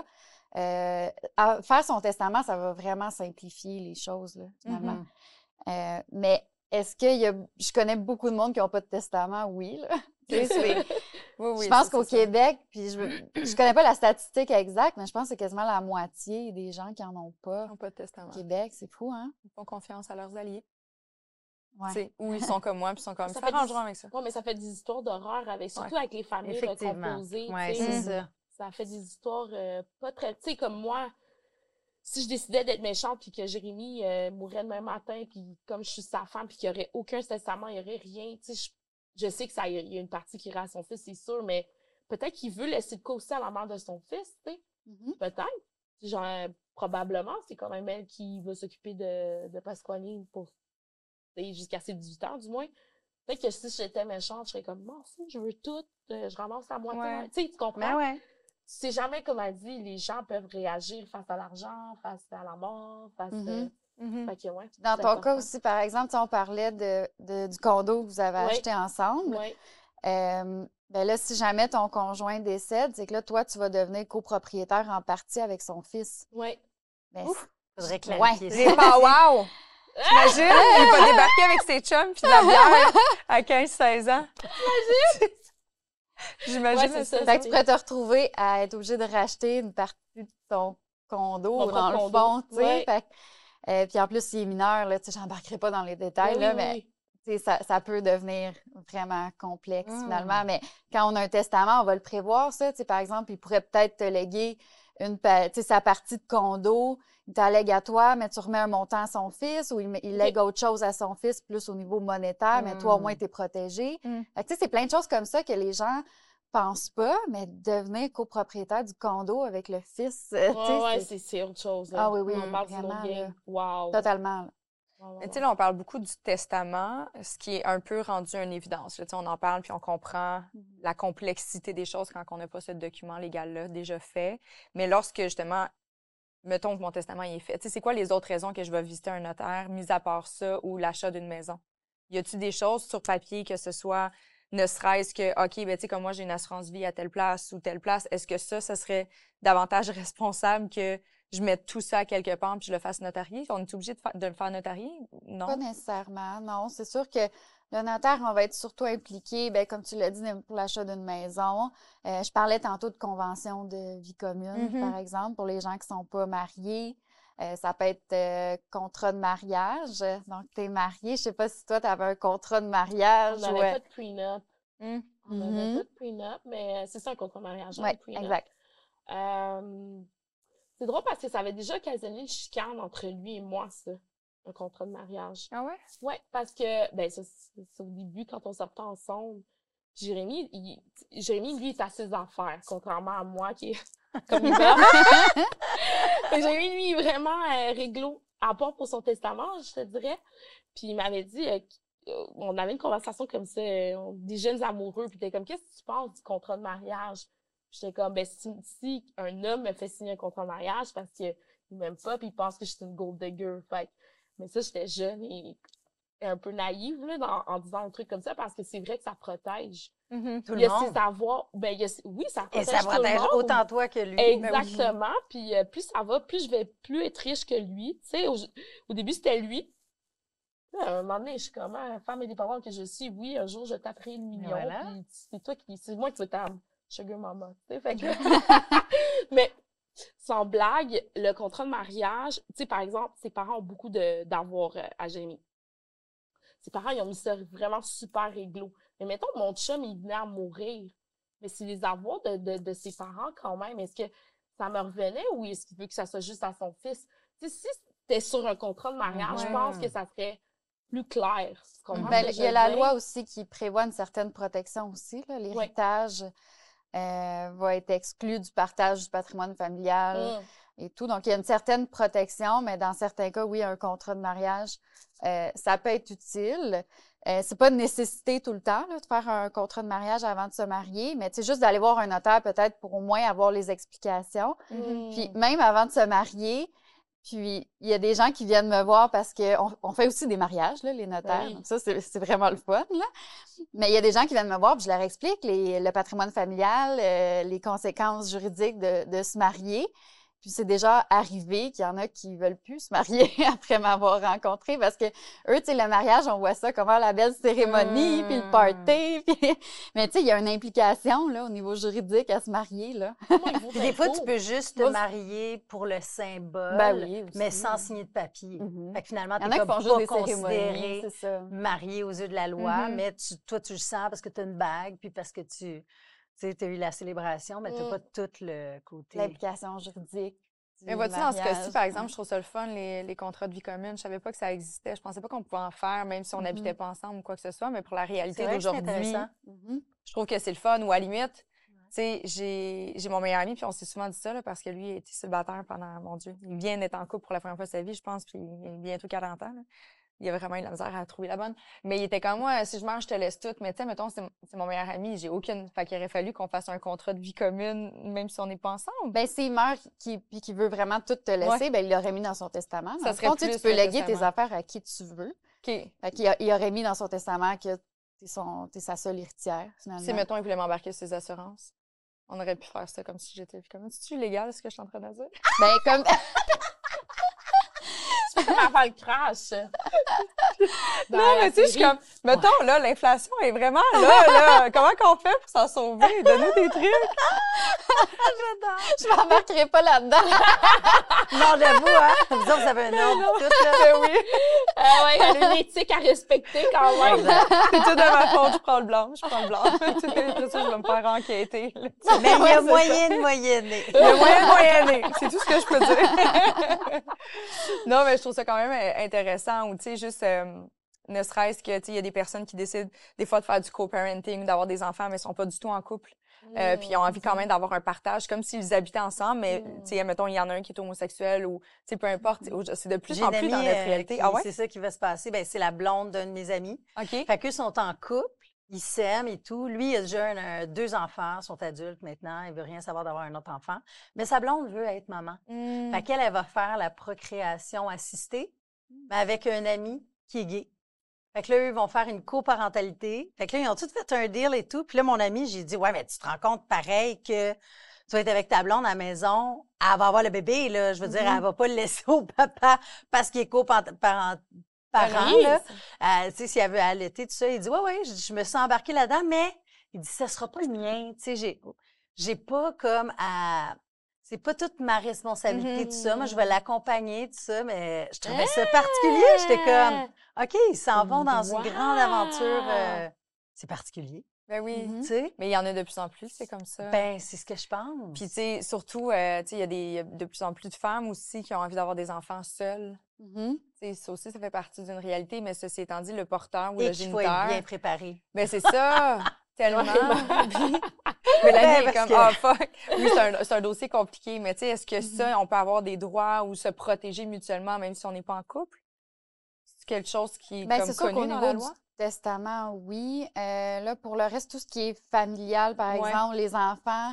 Faire son testament, ça va vraiment simplifier les choses, là, finalement. Mais est-ce qu'il y a... Je connais beaucoup de monde qui n'ont pas de testament, oui, là. Oui, oui, Je pense ça, qu'au c'est ça. Québec, puis je connais pas la statistique exacte, mais je pense que c'est quasiment la moitié des gens qui en ont pas Ils n'ont pas de testament. au Québec. C'est fou, hein? Ils font confiance à leurs alliés. Ouais. Tu sais, ou ils sont comme moi, puis ils sont comme, Ça ça fait des- arrangeront avec ça. Ouais, mais ça fait des histoires d'horreur surtout avec les familles Effectivement. recomposées. Oui, tu sais. c'est ça. Ça fait des histoires pas très... Tu sais, comme moi, si je décidais d'être méchante puis que Jérémy mourrait le même matin, puis comme je suis sa femme, puis qu'il n'y aurait aucun testament, il n'y aurait rien, tu sais, je sais que ça, il y a une partie qui irait à son fils, c'est sûr, mais peut-être qu'il veut laisser le cas aussi à la mère de son fils, tu sais. Peut-être. Genre, probablement, c'est quand même elle qui va s'occuper de Pasqualine pour, tu sais, jusqu'à ses 18 ans, du moins. Peut-être que si j'étais méchante, je serais comme, moi aussi, je veux tout, je ramasse la moitié. Ouais. Tu sais, tu comprends? Ben ouais. C'est jamais, comme elle dit, les gens peuvent réagir face à l'argent, face à la mort, face Fait que, ouais, Dans c'est ton cas important. aussi, par exemple, tu sais, on parlait du condo que vous avez Oui. acheté ensemble. Ouais. Ben là, si jamais ton conjoint décède, c'est que là, toi, tu vas devenir copropriétaire en partie avec son fils. Ouais. Ben, Faudrait Ouais. clarifier J'ai ça. pas, wow! T'imagines? Il va débarquer avec ses chums puis de la bière à 15-16 ans. J'imagine Ouais, c'est ça. ça. fait que tu pourrais te retrouver à être obligé de racheter une partie de ton condo, Mon dans le propre condo. fond, tu sais. Ouais. Fait que, Puis en plus, s'il est mineur, là, tu sais, j'embarquerai pas dans les détails, là, mais tu sais, ça peut devenir vraiment complexe finalement. Mais quand on a un testament, on va le prévoir, ça. Tu sais, par exemple, il pourrait peut-être te léguer tu sais, sa partie de condo, il t'allègue à toi, mais tu remets un montant à son fils, ou il lègue autre chose à son fils, plus au niveau monétaire, mais toi, au moins, tu es protégé. Fait que, tu sais, c'est plein de choses comme ça que les gens pensent pas, mais devenir copropriétaire du condo avec le fils, c'est autre chose. Ah oui, On parle d'une autre game. Wow. Totalement. Là. Mais tu sais, là, on parle beaucoup du testament, ce qui est un peu rendu une évidence. Là, on en parle puis on comprend la complexité des choses quand on n'a pas ce document légal-là déjà fait. Mais lorsque, justement, mettons que mon testament il est fait, tu sais, c'est quoi les autres raisons que je vais visiter un notaire, mis à part ça ou l'achat d'une maison? Y a-t-il des choses sur papier, que ce soit, ne serait-ce que, OK, ben tu sais, comme moi, j'ai une assurance vie à telle place ou telle place, est-ce que ça serait davantage responsable que je mette tout ça quelque part puis je le fasse notarier? On est obligé de le faire notarier? Non? Pas nécessairement, non. C'est sûr que le notaire, on va être surtout impliqué, bien, comme tu l'as dit, pour l'achat d'une maison. Je parlais tantôt de convention de vie commune, par exemple, pour les gens qui ne sont pas mariés. Ça peut être contrat de mariage. Donc, tu es marié. Je ne sais pas si toi, tu avais un contrat de mariage. On n'avait pas de prenup. On n'avait pas de prenup, mais c'est ça, un contrat de mariage. Oui, exact. C'est drôle parce que ça avait déjà occasionné une chicane entre lui et moi, ça, un contrat de mariage. Ah ouais? Oui, parce que, ben, ça, c'est au début, quand on sortait ensemble. Jérémy, lui, il est à ses affaires, contrairement à moi, qui est comme il va. Jérémy, lui, est vraiment réglo, à part pour son testament, je te dirais. Puis il m'avait dit, on avait une conversation comme ça, des jeunes amoureux, puis t'es comme, qu'est-ce que tu penses du contrat de mariage? J'étais comme, ben, si un homme me fait signer un contrat de mariage parce qu'il m'aime pas puis il pense que je suis une gold digger. Fait mais ça, j'étais jeune et un peu naïve, là, en disant un truc comme ça parce que c'est vrai que ça protège. Tout le monde. Il y a ses avoirs. Ben, oui, ça protège. Et ça protège tout le monde. autant toi que lui. Exactement. Puis plus ça va, plus je vais plus être riche que lui. Tu sais, au début, c'était lui. À un moment donné, je suis comme, femme indépendante que je suis, oui, un jour, je taperai le million. Voilà. Puis c'est moi qui vais ta sugar mama. Tu sais, fait que... Mais sans blague, le contrat de mariage, tu sais, par exemple, ses parents ont beaucoup d'avoir à Jérémy. Ses parents, ils ont mis ça vraiment super réglo. Mais mettons, mon chum, il venait à mourir. Mais c'est les avoirs de ses parents quand même. Est-ce que ça me revenait ou est-ce qu'il veut que ça soit juste à son fils? Tu sais, si c'était sur un contrat de mariage, je pense que ça serait plus clair. Ben, il y a la loi aussi qui prévoit une certaine protection aussi. L'héritage va être exclu du partage du patrimoine familial et tout. Donc, il y a une certaine protection, mais dans certains cas, oui, un contrat de mariage, ça peut être utile. C'est pas une nécessité tout le temps là, de faire un contrat de mariage avant de se marier, mais juste d'aller voir un notaire peut-être pour au moins avoir les explications. Puis même avant de se marier, puis il y a des gens qui viennent me voir parce qu'on fait aussi des mariages, là, les notaires. Donc ça, c'est vraiment le fun. Là. Mais il y a des gens qui viennent me voir puis je leur explique le patrimoine familial, les conséquences juridiques de se marier. Puis c'est déjà arrivé qu'il y en a qui veulent plus se marier après m'avoir rencontré parce que eux, tu sais, le mariage, on voit ça comment la belle cérémonie, puis le party. Puis... Mais tu sais, il y a une implication là au niveau juridique à se marier là. Puis des fois, tu peux juste te marier pour le symbole, mais sans signer de papier. Fait que finalement, tu n'es pas considéré marié aux yeux de la loi, mais toi, tu le sens parce que tu as une bague, puis parce que tu as eu la célébration, mais tu n'as pas tout le côté. L'implication juridique. Mais vois-tu, dans ce cas-ci, par exemple, je trouve ça le fun, les contrats de vie commune. Je savais pas que ça existait. Je pensais pas qu'on pouvait en faire, même si on n'habitait pas ensemble ou quoi que ce soit. Mais pour la réalité d'aujourd'hui, je trouve que c'est le fun. Ou à la limite, tu sais, j'ai mon meilleur ami, puis on s'est souvent dit ça, là, parce que lui, il était célibataire pendant, mon Dieu, il vient d'être en couple pour la première fois de sa vie, je pense, puis il a bientôt 40 ans. Là. Il a vraiment eu de la misère à trouver la bonne. Mais il était comme moi, si je meurs, je te laisse tout. Mais tu sais, mettons, c'est mon meilleur ami, j'ai aucune. Fait qu'il aurait fallu qu'on fasse un contrat de vie commune, même si on n'est pas ensemble. Ben, s'il meurt puis qu'il veut vraiment tout te laisser, ben, il l'aurait mis dans son testament. Ça serait plus tu peux léguer tes affaires à qui tu veux. OK. Fait qu'il aurait mis dans son testament que t'es sa seule héritière, finalement. Si, mettons, il voulait m'embarquer sur ses assurances, on aurait pu faire ça comme si j'étais vie commune. C'est-tu légal, ce que je suis en train de dire? Ben, comme... Tu peux faire le crash. dans Non, la mais tu sais, je suis série. comme, mettons, là, l'inflation est vraiment là. Comment qu'on fait pour s'en sauver? Donne-nous des trucs. Je m'embarquerai pas là-dedans. Non, j'avoue, hein? Vous autres, vous avez un ordre, tout, là. Ben oui, Ouais, il y a une éthique à respecter quand même. c'est tout de ma faute. Je prends le blanc. Après ça, je vais me faire enquêter. Là. Mais il y Ouais, a c'est moyen de moyenner. Il y a moyen de moyenner. C'est tout ce que je peux dire. Non, mais je trouve ça quand même intéressant. Ou, tu sais, juste, ne serait-ce que, tu sais, il y a des personnes qui décident des fois de faire du co-parenting, d'avoir des enfants, mais ils sont pas du tout en couple. Puis ils ont envie quand même d'avoir un partage, comme s'ils habitaient ensemble, mais, tu sais, mettons, il y en a un qui est homosexuel ou, tu sais, peu importe. C'est de plus J'ai en une plus dans amie, notre réalité. Ah ouais? c'est ça qui va se passer. Ben, c'est la blonde d'un de mes amis. OK. Fait qu'eux sont en couple, ils s'aiment et tout. Lui, il a déjà 2 enfants, sont adultes maintenant, il veut rien savoir d'avoir un autre enfant. Mais sa blonde veut être maman. Fait qu'elle, elle va faire la procréation assistée, mais avec un ami qui est gay. Fait que là, eux vont faire une coparentalité. Fait que là, ils ont tout fait un deal et tout. Puis là, mon ami, j'ai dit, ouais, mais tu te rends compte pareil que tu vas être avec ta blonde à la maison, elle va avoir le bébé, là. Je veux dire, elle va pas le laisser au papa parce qu'il est coparent. Oui, Là. Tu sais, s'il avait allaité, tout ça, il dit, ouais, je me suis embarquée là-dedans, mais il dit, ça sera pas le mien. Tu sais, j'ai pas comme à. C'est pas toute ma responsabilité, tout ça. Moi, je vais l'accompagner, tout ça, mais je trouvais ça particulier. J'étais comme, OK, ils s'en vont dans une grande aventure. C'est particulier, Ben oui. tu sais. Mais il y en a de plus en plus, c'est comme ça. Ben, c'est ce que je pense. Puis, tu sais, surtout, tu sais, il y a de plus en plus de femmes aussi qui ont envie d'avoir des enfants seules. Tu sais, ça aussi, ça fait partie d'une réalité, mais ceci étant dit, le porteur ou Et le qu'il faut être géniteur. bien préparé. Ben, c'est ça! Tellement! Ouais, Mélanie Ouais, est comme, parce fuck! Oui, c'est un dossier compliqué, mais tu sais, est-ce que ça, on peut avoir des droits ou se protéger mutuellement même si on n'est pas en couple? C'est quelque chose qui est Bien, comme c'est sûr qu'au connu dans la niveau loi? du testament, oui. Là, pour le reste, tout ce qui est familial, par Ouais. exemple, les enfants,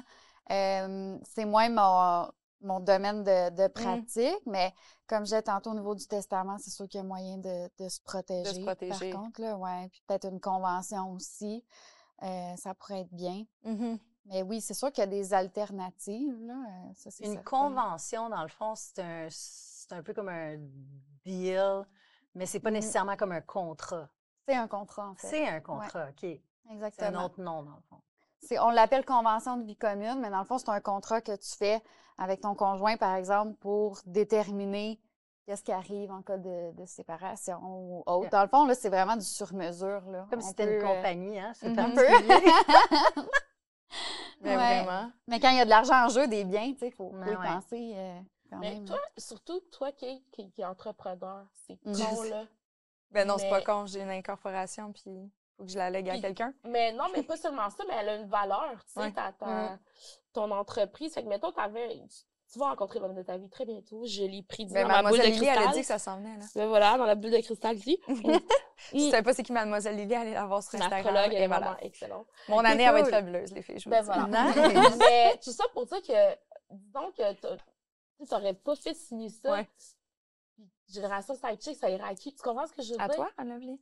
c'est moins mon domaine de pratique, mais comme je disais tantôt au niveau du testament, c'est sûr qu'il y a moyen de se protéger. protéger. Par contre, là, ouais. Puis peut-être une convention aussi, ça pourrait être bien. Mais oui, c'est sûr qu'il y a des alternatives, là. Ça, c'est Une certain. convention, dans le fond, c'est un peu comme un deal, mais c'est pas nécessairement comme un contrat. C'est un contrat, en fait. C'est un contrat, OK. C'est Exactement. un autre nom, dans le fond. On l'appelle convention de vie commune, mais dans le fond, c'est un contrat que tu fais avec ton conjoint, par exemple, pour déterminer qu'est-ce qui arrive en cas de séparation ou autre. Dans le fond, là, c'est vraiment du sur-mesure, là. Comme si On c'était une peut, compagnie, hein? C'est un particulier. Mais Ouais. vraiment. Mais quand il y a de l'argent en jeu, des biens, tu sais, il faut Ouais, y ouais. penser quand Mais même. toi, surtout toi qui est entrepreneur, c'est Mm. con, là. Ben non, c'est pas Mais- con, j'ai une incorporation, puis il faut que je la lègue à Puis- quelqu'un. Mais non, mais pas seulement ça, mais elle a une valeur, tu sais, Ouais. ton entreprise. Fait que, mettons, tu vas rencontrer l'homme de ta vie très bientôt. Je l'ai pris dit Ben, dans ma boule de Mademoiselle Lily, elle a cristal. dit que ça s'en venait, là. Ben voilà, dans la bulle de cristal ici. Je savais pas c'est qui Mademoiselle Lily, allez la voir sur Une Instagram. astrologue, elle Et est voilà. vraiment excellente. Mon année, elle va être cool. fabuleuse, les filles, je vous Ben le dis. voilà. Nice. Mais tout ça pour dire que, disons que tu n'aurais pas fait signer ça. Ouais. Puis Génération Sidechick, ça irait à qui? Tu comprends ce que je veux À dire? toi, Anne-Lovely?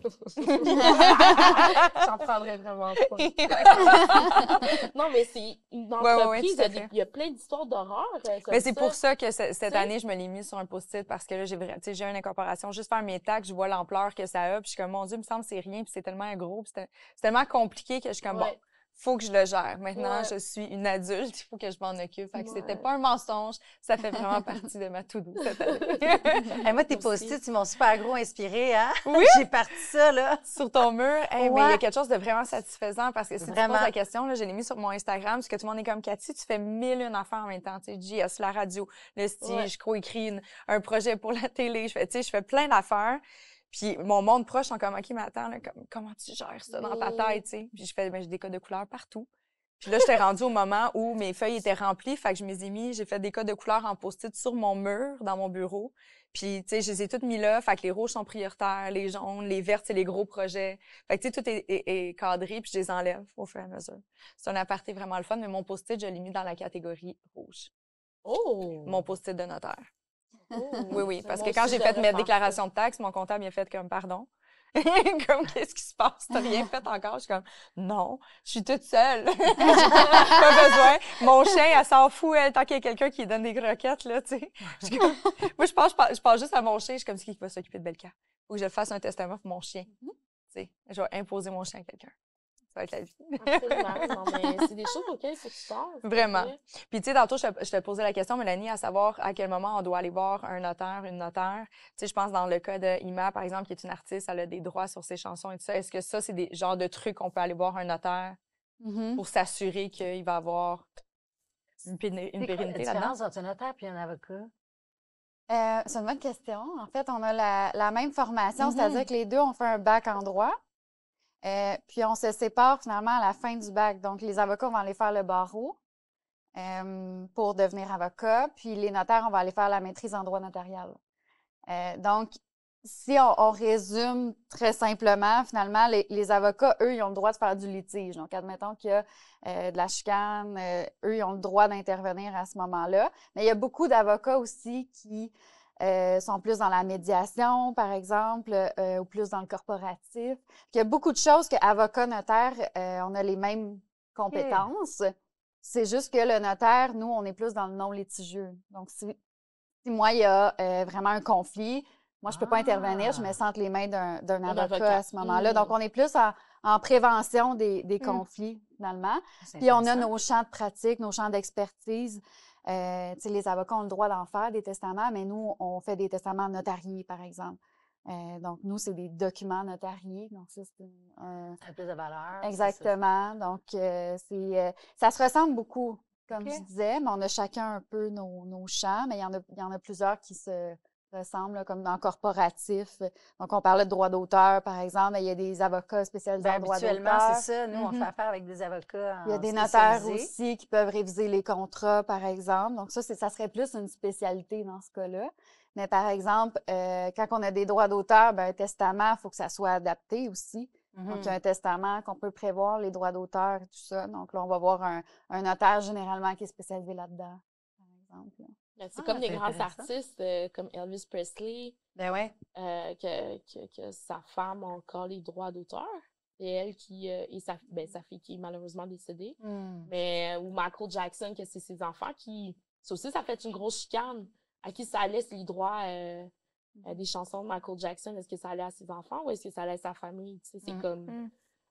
J'en prendrais vraiment pas. Non, mais c'est une Ouais, entreprise, tout à fait. il y a plein d'histoires d'horreur. Comme Mais c'est ça. pour ça que cette sais. année, je me l'ai mis sur un post-it parce que là, j'ai une incorporation. Juste faire mes taxes, je vois l'ampleur que ça a. Puis je suis comme, mon Dieu, il me semble que c'est rien. Puis c'est tellement gros. Puis c'est tellement compliqué que je suis comme, bon, Ouais. faut que je le gère. Maintenant, Ouais. je suis une adulte. Il faut que je m'en occupe. Fait que Ouais. c'était pas un mensonge. Ça fait vraiment partie de ma to-do cette année. Hey, moi, tes Aussi. post-it, ils m'ont super gros inspiré, hein? Oui? J'ai parti ça, là. Sur ton mur, hey, mais il y Ouais. a quelque chose de vraiment satisfaisant parce que si tu Vraiment. poses la question, là, je l'ai mis sur mon Instagram, parce que tout le monde est comme Cathy, tu fais 1001 affaires en même temps. Tu sais, JS, la radio, le style, Ouais. je co-écris un projet pour la télé, je fais plein d'affaires. Puis mon monde proche sont comme, OK, mais attends, là, comment tu gères ça dans ta tête, tu sais? Puis j'ai des codes de couleurs partout. Puis là, j'étais rendue au moment où mes feuilles étaient remplies, fait que j'ai fait des codes de couleurs en post-it sur mon mur, dans mon bureau. Puis, tu sais, je les ai toutes mis là, fait que les rouges sont prioritaires, les jaunes, les vertes, c'est les gros projets. Fait que, tu sais, tout est cadré, puis je les enlève au fur et à mesure. C'est un aparté vraiment le fun, mais mon post-it, je l'ai mis dans la catégorie rouge. Oh! Mon post-it de notaire. Oh. Oui, parce Moi que quand aussi, j'ai fait j'aimerais mes faire déclarations de taxes, mon comptable il a fait comme, pardon. Comme, qu'est-ce qui se passe? T'as rien fait encore? Je suis comme, non, je suis toute seule. Pas besoin. Mon chien, elle s'en fout, elle, tant qu'il y a quelqu'un qui lui donne des croquettes, là, tu sais. Moi, je pense juste à mon chien. Je suis comme, c'est qui va s'occuper de Belka? Faut que je fasse un testament pour mon chien. Tu sais, je vais imposer mon chien à quelqu'un. Ça va être la vie. Absolument. Non, mais c'est des choses auxquelles il faut que tu penses. Vraiment. Puis, tu sais, tantôt, je te posais la question, Mélanie, à savoir à quel moment on doit aller voir un notaire, une notaire. Tu sais, je pense dans le cas de Ima, par exemple, qui est une artiste, elle a des droits sur ses chansons et tout ça. Est-ce que ça, c'est des genres de trucs qu'on peut aller voir un notaire pour s'assurer qu'il va avoir une pérennité C'est quoi la là-dedans? différence entre un notaire et un avocat? C'est une bonne question. En fait, on a la même formation, c'est-à-dire que les deux, on fait un bac en droit. Puis on se sépare finalement à la fin du bac. Donc, les avocats vont aller faire le barreau pour devenir avocat, puis les notaires, on va aller faire la maîtrise en droit notarial. Donc, si on résume très simplement, finalement, les avocats, eux, ils ont le droit de faire du litige. Donc, admettons qu'il y a de la chicane, eux, ils ont le droit d'intervenir à ce moment-là. Mais il y a beaucoup d'avocats aussi qui sont plus dans la médiation, par exemple, ou plus dans le corporatif. Il y a beaucoup de choses qu'avocat, notaire, on a les mêmes compétences. C'est juste que le notaire, nous, on est plus dans le non litigieux. Donc, si moi, il y a vraiment un conflit, moi, je peux pas intervenir, je me sens entre les mains d'un avocat à ce moment-là. Donc, on est plus en prévention des conflits, finalement. Puis, on a nos champs de pratique, nos champs d'expertise. Les avocats ont le droit d'en faire des testaments, mais nous, on fait des testaments notariés, par exemple. Donc, nous, c'est des documents notariés. Donc, ça, c'est Ça a plus de valeur. Exactement. Donc, ça se ressemble beaucoup, comme je disais, mais on a chacun un peu nos champs, mais il y en a plusieurs qui se ressemblent, là, comme dans le corporatif. Donc, on parlait de droit d'auteur, par exemple, mais il y a des avocats spécialisés en droit d'auteur. Habituellement, c'est ça. Nous, on fait affaire avec des avocats Il y a des notaires aussi qui peuvent réviser les contrats, par exemple. Donc, ça serait plus une spécialité dans ce cas-là. Mais par exemple, quand on a des droits d'auteur, un testament, il faut que ça soit adapté aussi. Donc, il y a un testament qu'on peut prévoir, les droits d'auteur et tout ça. Donc, là, on va voir un notaire généralement qui est spécialisé là-dedans, par exemple. C'est comme des grands artistes comme Elvis Presley. Ben ouais. Que sa femme a encore les droits d'auteur. Et elle et sa fille qui est malheureusement décédée. Mais, ou Michael Jackson, que c'est ses enfants qui... Ça aussi, ça fait une grosse chicane. À qui ça laisse les droits des chansons de Michael Jackson? Est-ce que ça allait à ses enfants ou est-ce que ça allait à sa famille? Tu sais, c'est comme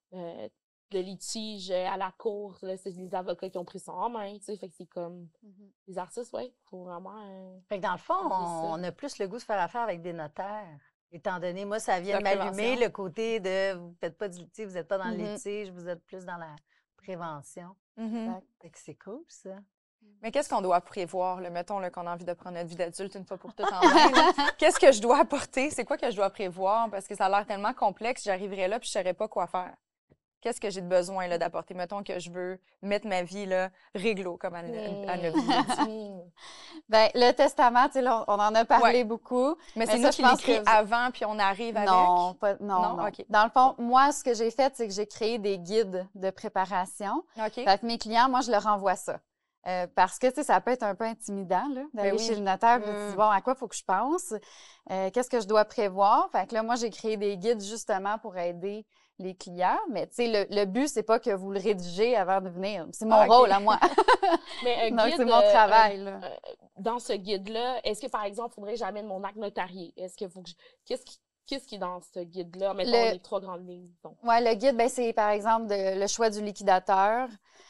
le litige à la cour. Là, c'est les avocats qui ont pris ça en main. Tu sais, fait que c'est comme les artistes, faut vraiment... Fait que dans le fond, on a plus le goût de faire affaire avec des notaires. Étant donné, moi, ça vient de m'allumer le côté de vous ne faites pas du litige, vous n'êtes pas dans le litige, vous êtes plus dans la prévention. Fait que c'est cool, ça. Mais qu'est-ce qu'on doit prévoir? Mettons qu'on a envie de prendre notre vie d'adulte une fois pour toutes en main. Qu'est-ce que je dois apporter? C'est quoi que je dois prévoir? Parce que ça a l'air tellement complexe, j'arriverais là puis je ne saurais pas quoi faire. Qu'est-ce que j'ai besoin d'apporter? Mettons que je veux mettre ma vie là, réglo, comme Anne l'a dit. Bien, le testament, tu sais, là, on en a parlé beaucoup. Mais c'est nous qui l'écrit avant, puis on arrive avec? Non. Okay. Dans le fond, moi, ce que j'ai fait, c'est que j'ai créé des guides de préparation. Fait que mes clients, moi, je leur envoie ça. Parce que, tu sais, ça peut être un peu intimidant, là, d'aller chez le notaire et de dire, bon, à quoi il faut que je pense? Qu'est-ce que je dois prévoir? Fait que là, moi, j'ai créé des guides justement pour aider les clients. Mais, tu sais, le but, c'est pas que vous le rédigez avant de venir. C'est mon rôle à moi. Mais donc, c'est mon travail, là. Dans ce guide-là, est-ce que, par exemple, il faudrait que j'amène mon acte notarié? Est-ce que faut que Qu'est-ce qui est dans ce guide-là? Mettons les 3 grandes lignes. Oui, le guide, c'est, par exemple, le choix du liquidateur.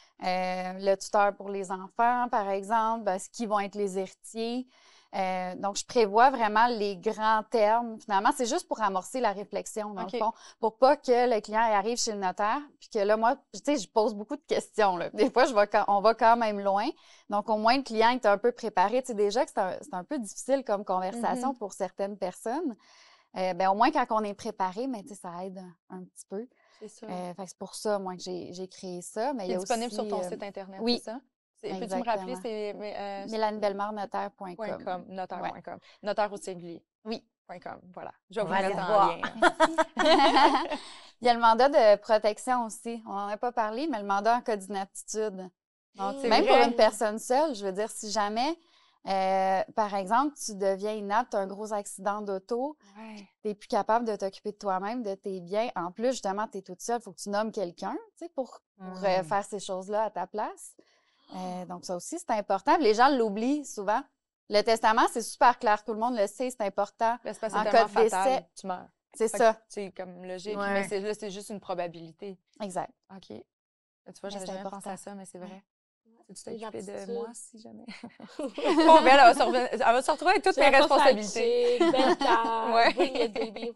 Le tuteur pour les enfants, par exemple, qui vont être les héritiers. Donc, je prévois vraiment les grands termes. Finalement, c'est juste pour amorcer la réflexion, dans le fond, pour pas que le client arrive chez le notaire, puis que là, moi, tu sais, je pose beaucoup de questions. Là. Des fois, on va quand même loin. Donc, au moins, le client est un peu préparé. Tu sais, déjà que c'est un peu difficile comme conversation pour certaines personnes. Au moins, quand on est préparé, mais tu sais, ça aide un petit peu. C'est ça. C'est pour ça, moi, que j'ai créé ça. Mais c'est disponible sur ton site Internet, oui, c'est ça? Peux-tu me rappeler? C'est MélanieBellemare-notaire.com. Notaire.com. Notaire au singulier. Oui. .com. Voilà. Je vais vous mettre en lien. Il y a le mandat de protection aussi. On n'en a pas parlé, mais le mandat en cas d'inaptitude. Donc, même pour une personne seule, je veux dire, si jamais Par exemple, tu deviens inapte, tu as un gros accident d'auto, Ouais. tu n'es plus capable de t'occuper de toi-même, de tes biens. En plus, justement, tu es toute seule, il faut que tu nommes quelqu'un, tu sais, pour faire ces choses-là à ta place. Donc, ça aussi, c'est important. Puis les gens l'oublient souvent. Le testament, c'est super clair. Tout le monde le sait, c'est important. Là, c'est parce que En c'est cas tellement de fatal, décès, tu meurs. c'est Fait ça. que c'est comme logique, Ouais. mais là, c'est juste une probabilité. Exact. OK. Tu vois, j'avais c'est jamais pensé important. à ça, mais c'est vrai. Tu t'es Les occupé de aptitudes. moi, si jamais. Bon, ben, elle va se retrouver avec toutes mes responsabilités. Belle carte, Ouais. bring it, baby.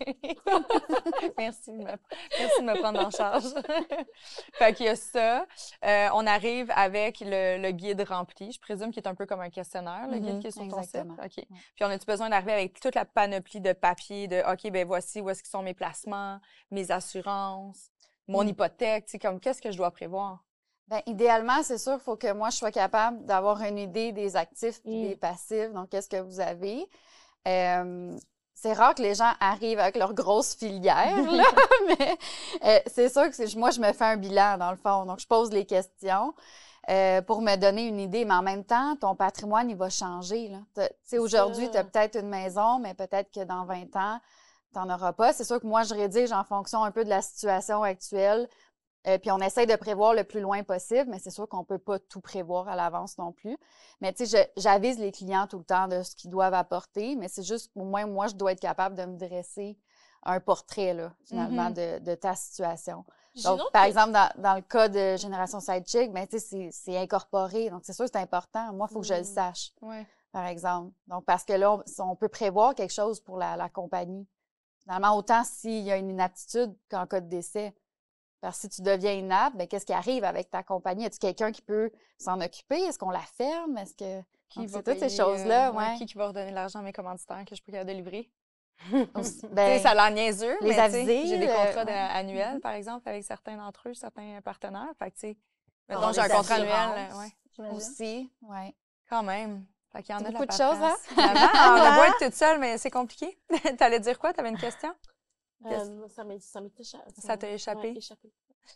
Merci de me prendre en charge. Fait qu'il y a ça. On arrive avec le guide rempli, je présume qu'il est un peu comme un questionnaire, le guide qui est sur ton site. Exactement. OK. Puis on a-tu besoin d'arriver avec toute la panoplie de papiers de OK, ben voici où est-ce qu'ils sont mes placements, mes assurances, mon hypothèque, tu sais, comme qu'est-ce que je dois prévoir? Bien, idéalement, c'est sûr, il faut que moi, je sois capable d'avoir une idée des actifs et des passifs. Donc, qu'est-ce que vous avez? C'est rare que les gens arrivent avec leur grosse filière, là, mais c'est sûr que moi, je me fais un bilan, dans le fond. Donc, je pose les questions pour me donner une idée. Mais en même temps, ton patrimoine, il va changer, là. Tu sais, aujourd'hui, tu as peut-être une maison, mais peut-être que dans 20 ans, tu n'en auras pas. C'est sûr que moi, je rédige en fonction un peu de la situation actuelle. Puis on essaye de prévoir le plus loin possible, mais c'est sûr qu'on ne peut pas tout prévoir à l'avance non plus. Mais tu sais, j'avise les clients tout le temps de ce qu'ils doivent apporter, mais c'est juste, au moins, moi, je dois être capable de me dresser un portrait, là, finalement, de ta situation. Donc, par exemple, dans le cas de Génération Sidechick, ben, tu sais, c'est incorporé. Donc, c'est sûr que c'est important. Moi, il faut que je le sache, par exemple. Donc, parce que là, on peut prévoir quelque chose pour la compagnie. Finalement, autant s'il y a une inaptitude qu'en cas de décès. Parce que si tu deviens inapte, bien, qu'est-ce qui arrive avec ta compagnie? As-tu quelqu'un qui peut s'en occuper? Est-ce qu'on la ferme? Est-ce que... Qui va toutes ces payer, choses-là, ouais. Qui va redonner l'argent à mes commanditaires que je peux capable de livrer? Aussi, Tu sais, ben, ça a l'air niaiseux, les mais tu sais, aviser, j'ai des contrats ouais. annuels, par exemple, avec certains d'entre eux, certains partenaires. Fait que, tu sais, Avoir mettons, j'ai un des contrat assurances, annuel, ouais, j'imagine. Aussi, oui. quand même. Fait qu'il y en a de la Beaucoup de choses, hein? paperasse. Finalement, on a beau être toute seule, mais c'est compliqué. T'allais dire quoi? T'avais une question? Ça m'est échappé. Ça t'a échappé? Ouais, échappé.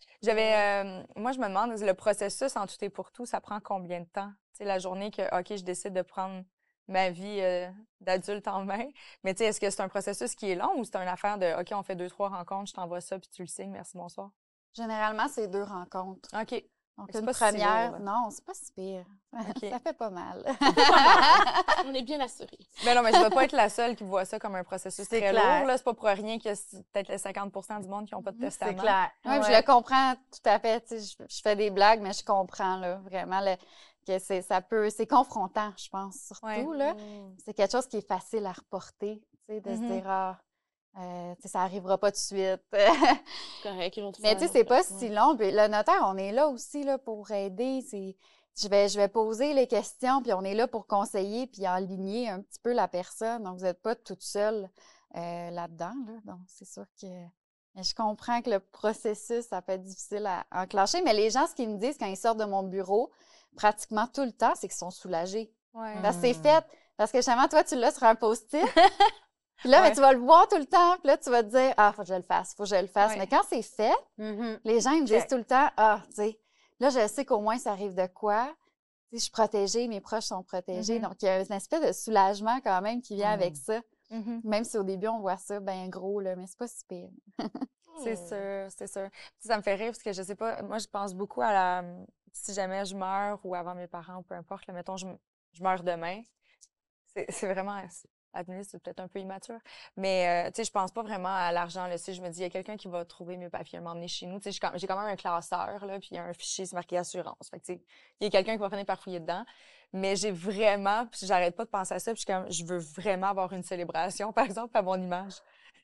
Moi, je me demande, le processus en tout et pour tout, ça prend combien de temps? Tu sais, la journée que, OK, je décide de prendre ma vie d'adulte en main. Mais tu sais, est-ce que c'est un processus qui est long ou c'est une affaire de, OK, on fait 2-3 rencontres, je t'envoie ça, puis tu le signes, merci, bonsoir? Généralement, c'est 2 rencontres. OK. Donc, C'est une pas si première, lourd, là. non, c'est pas si pire. OK. Ça fait pas mal. On est bien assurés. Mais non, mais je ne dois pas être la seule qui voit ça comme un processus C'est très clair. lourd. Là. C'est pas pour rien qu'il y a peut-être les 50% du monde qui n'ont pas de testament. C'est clair. Oui, je le comprends tout à fait. Tu sais, je fais des blagues, mais je comprends là, vraiment que c'est confrontant, je pense, surtout. Là. C'est quelque chose qui est facile à reporter, tu sais, de se dire, tu sais, ça n'arrivera pas tout de suite. Correct, ils vont Mais tu sais, c'est pas si long. Puis le notaire, on est là aussi là, pour aider. Je vais poser les questions, puis on est là pour conseiller, puis aligner un petit peu la personne. Donc, vous n'êtes pas toute seule là-dedans. Là. Donc, c'est sûr que... Mais je comprends que le processus, ça peut être difficile à enclencher. Mais les gens, ce qu'ils me disent quand ils sortent de mon bureau, pratiquement tout le temps, c'est qu'ils sont soulagés. Ouais. Parce que c'est fait. Parce que justement, toi, tu l'as sur un post-it. Puis là, ben, tu vas le voir tout le temps. Puis là, tu vas te dire, faut que je le fasse, faut que je le fasse. Ouais. Mais quand c'est fait, les gens, ils me disent tout le temps, tu sais, là, je sais qu'au moins, ça arrive de quoi. Tu sais, je suis protégée, mes proches sont protégés. Donc, il y a une espèce de soulagement quand même qui vient avec ça. Même si au début, on voit ça bien gros, là, mais c'est pas si pire. C'est sûr, c'est sûr. Puis ça me fait rire parce que je sais pas, moi, je pense beaucoup à la... Si jamais je meurs ou avant mes parents, ou peu importe, là, mettons, je meurs demain. C'est vraiment... Admis, c'est peut-être un peu immature. Mais, tu sais, je pense pas vraiment à l'argent. Là. Si je me dis, il y a quelqu'un qui va trouver mes papiers, m'emmener chez nous. Tu sais, j'ai quand même un classeur, là, puis il y a un fichier, c'est marqué assurance. Fait que, tu sais, il y a quelqu'un qui va finir par fouiller dedans. Mais j'ai vraiment, puis j'arrête pas de penser à ça, puis je veux vraiment avoir une célébration, par exemple, à mon image.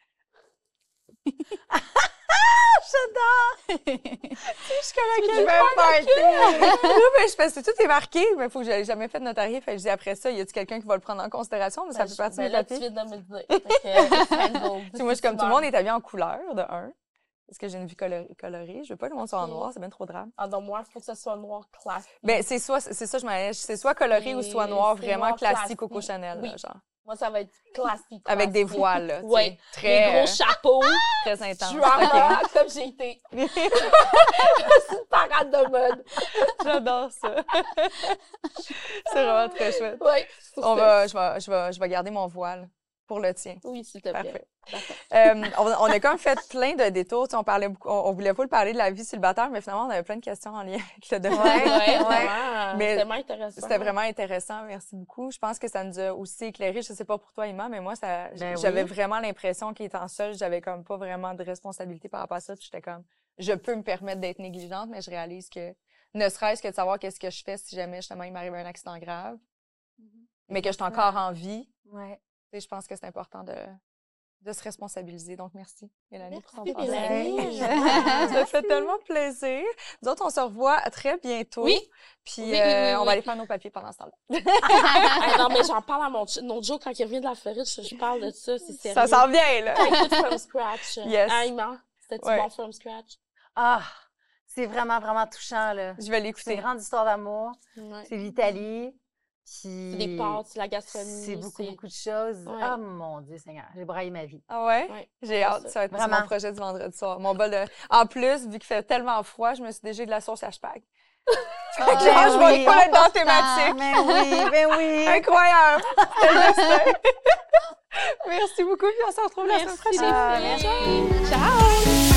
J'adore! Je suis comme à quel party! Mais je pense que tout est marqué, mais il faut que j'aille jamais fait de notarié. Fait que je dis après ça, y a-tu quelqu'un qui va le prendre en considération? Mais ça fait partie de mes là, tu papiers. viens de me le dire. Fait que, Tu sais, moi, je suis comme tout le monde est habillé en couleur, de un. Parce que j'ai une vie colorée. Je veux pas que le monde soit en noir, c'est bien trop drame. Ah non, moi, il faut que ce soit noir classique. Ben, c'est ça, je m'en c'est soit coloré ou soit noir, c'est vraiment noir classique Coco classique. Chanel, Oui. là, genre. Moi, ça va être classique. Avec des voiles, là. Ouais. Très, Des gros chapeaux. très intense. Drama, comme j'ai été. C'est une parade de mode. J'adore ça. C'est vraiment très chouette. Oui. Je vais garder mon voile pour le tien. Oui, s'il te plaît. Parfait. On a comme fait plein de détours. Tu sais, on parlait beaucoup, on voulait pas parler de la vie célibataire, mais finalement, on avait plein de questions en lien avec le domaine. Vraiment. Mais C'était vraiment intéressant. C'était vraiment intéressant. Merci beaucoup. Je pense que ça nous a aussi éclairé. Je sais pas pour toi, Ima, mais moi, j'avais vraiment l'impression qu'étant seule, j'avais comme pas vraiment de responsabilité par rapport à ça. Puis j'étais comme, je peux me permettre d'être négligente, mais je réalise que, ne serait-ce que de savoir qu'est-ce que je fais si jamais, justement, il m'arrive un accident grave, mais que je suis encore en vie. Ouais. Tu sais, je pense que c'est important de se responsabiliser. Donc, merci, Mélanie, pour ton Merci, partage. Mélanie. Ça fait tellement plaisir. Nous autres, on se revoit très bientôt. Oui. Puis, Oui, on va aller faire nos papiers pendant ce temps-là. Non, mais j'en parle à mon Joe quand il revient de la Floride. Je parle de ça, c'est sérieux. Ça s'en vient, là. Écoute from scratch. Yes. Hein, Ima? C'était-tu bon from scratch? Ah, c'est vraiment, vraiment touchant, là. Je vais C'est l'écouter. une grande histoire d'amour. Ouais. C'est l'Italie. Puis... C'est des pâtes, c'est la gastronomie. C'est beaucoup de choses. Ouais. Ah, mon Dieu Seigneur, j'ai braillé ma vie. Ah ouais? Ouais. J'ai hâte. Ça va être Vraiment. mon projet du vendredi soir. Mon bol de... En plus, vu qu'il fait tellement froid, je me suis déjà de la sauce hashtag. Fait que genre, je vais pas être dans la thématique. Ben oui. Incroyable! C'est le destin. Merci beaucoup, puis on se retrouve la semaine prochaine. Merci. Ciao!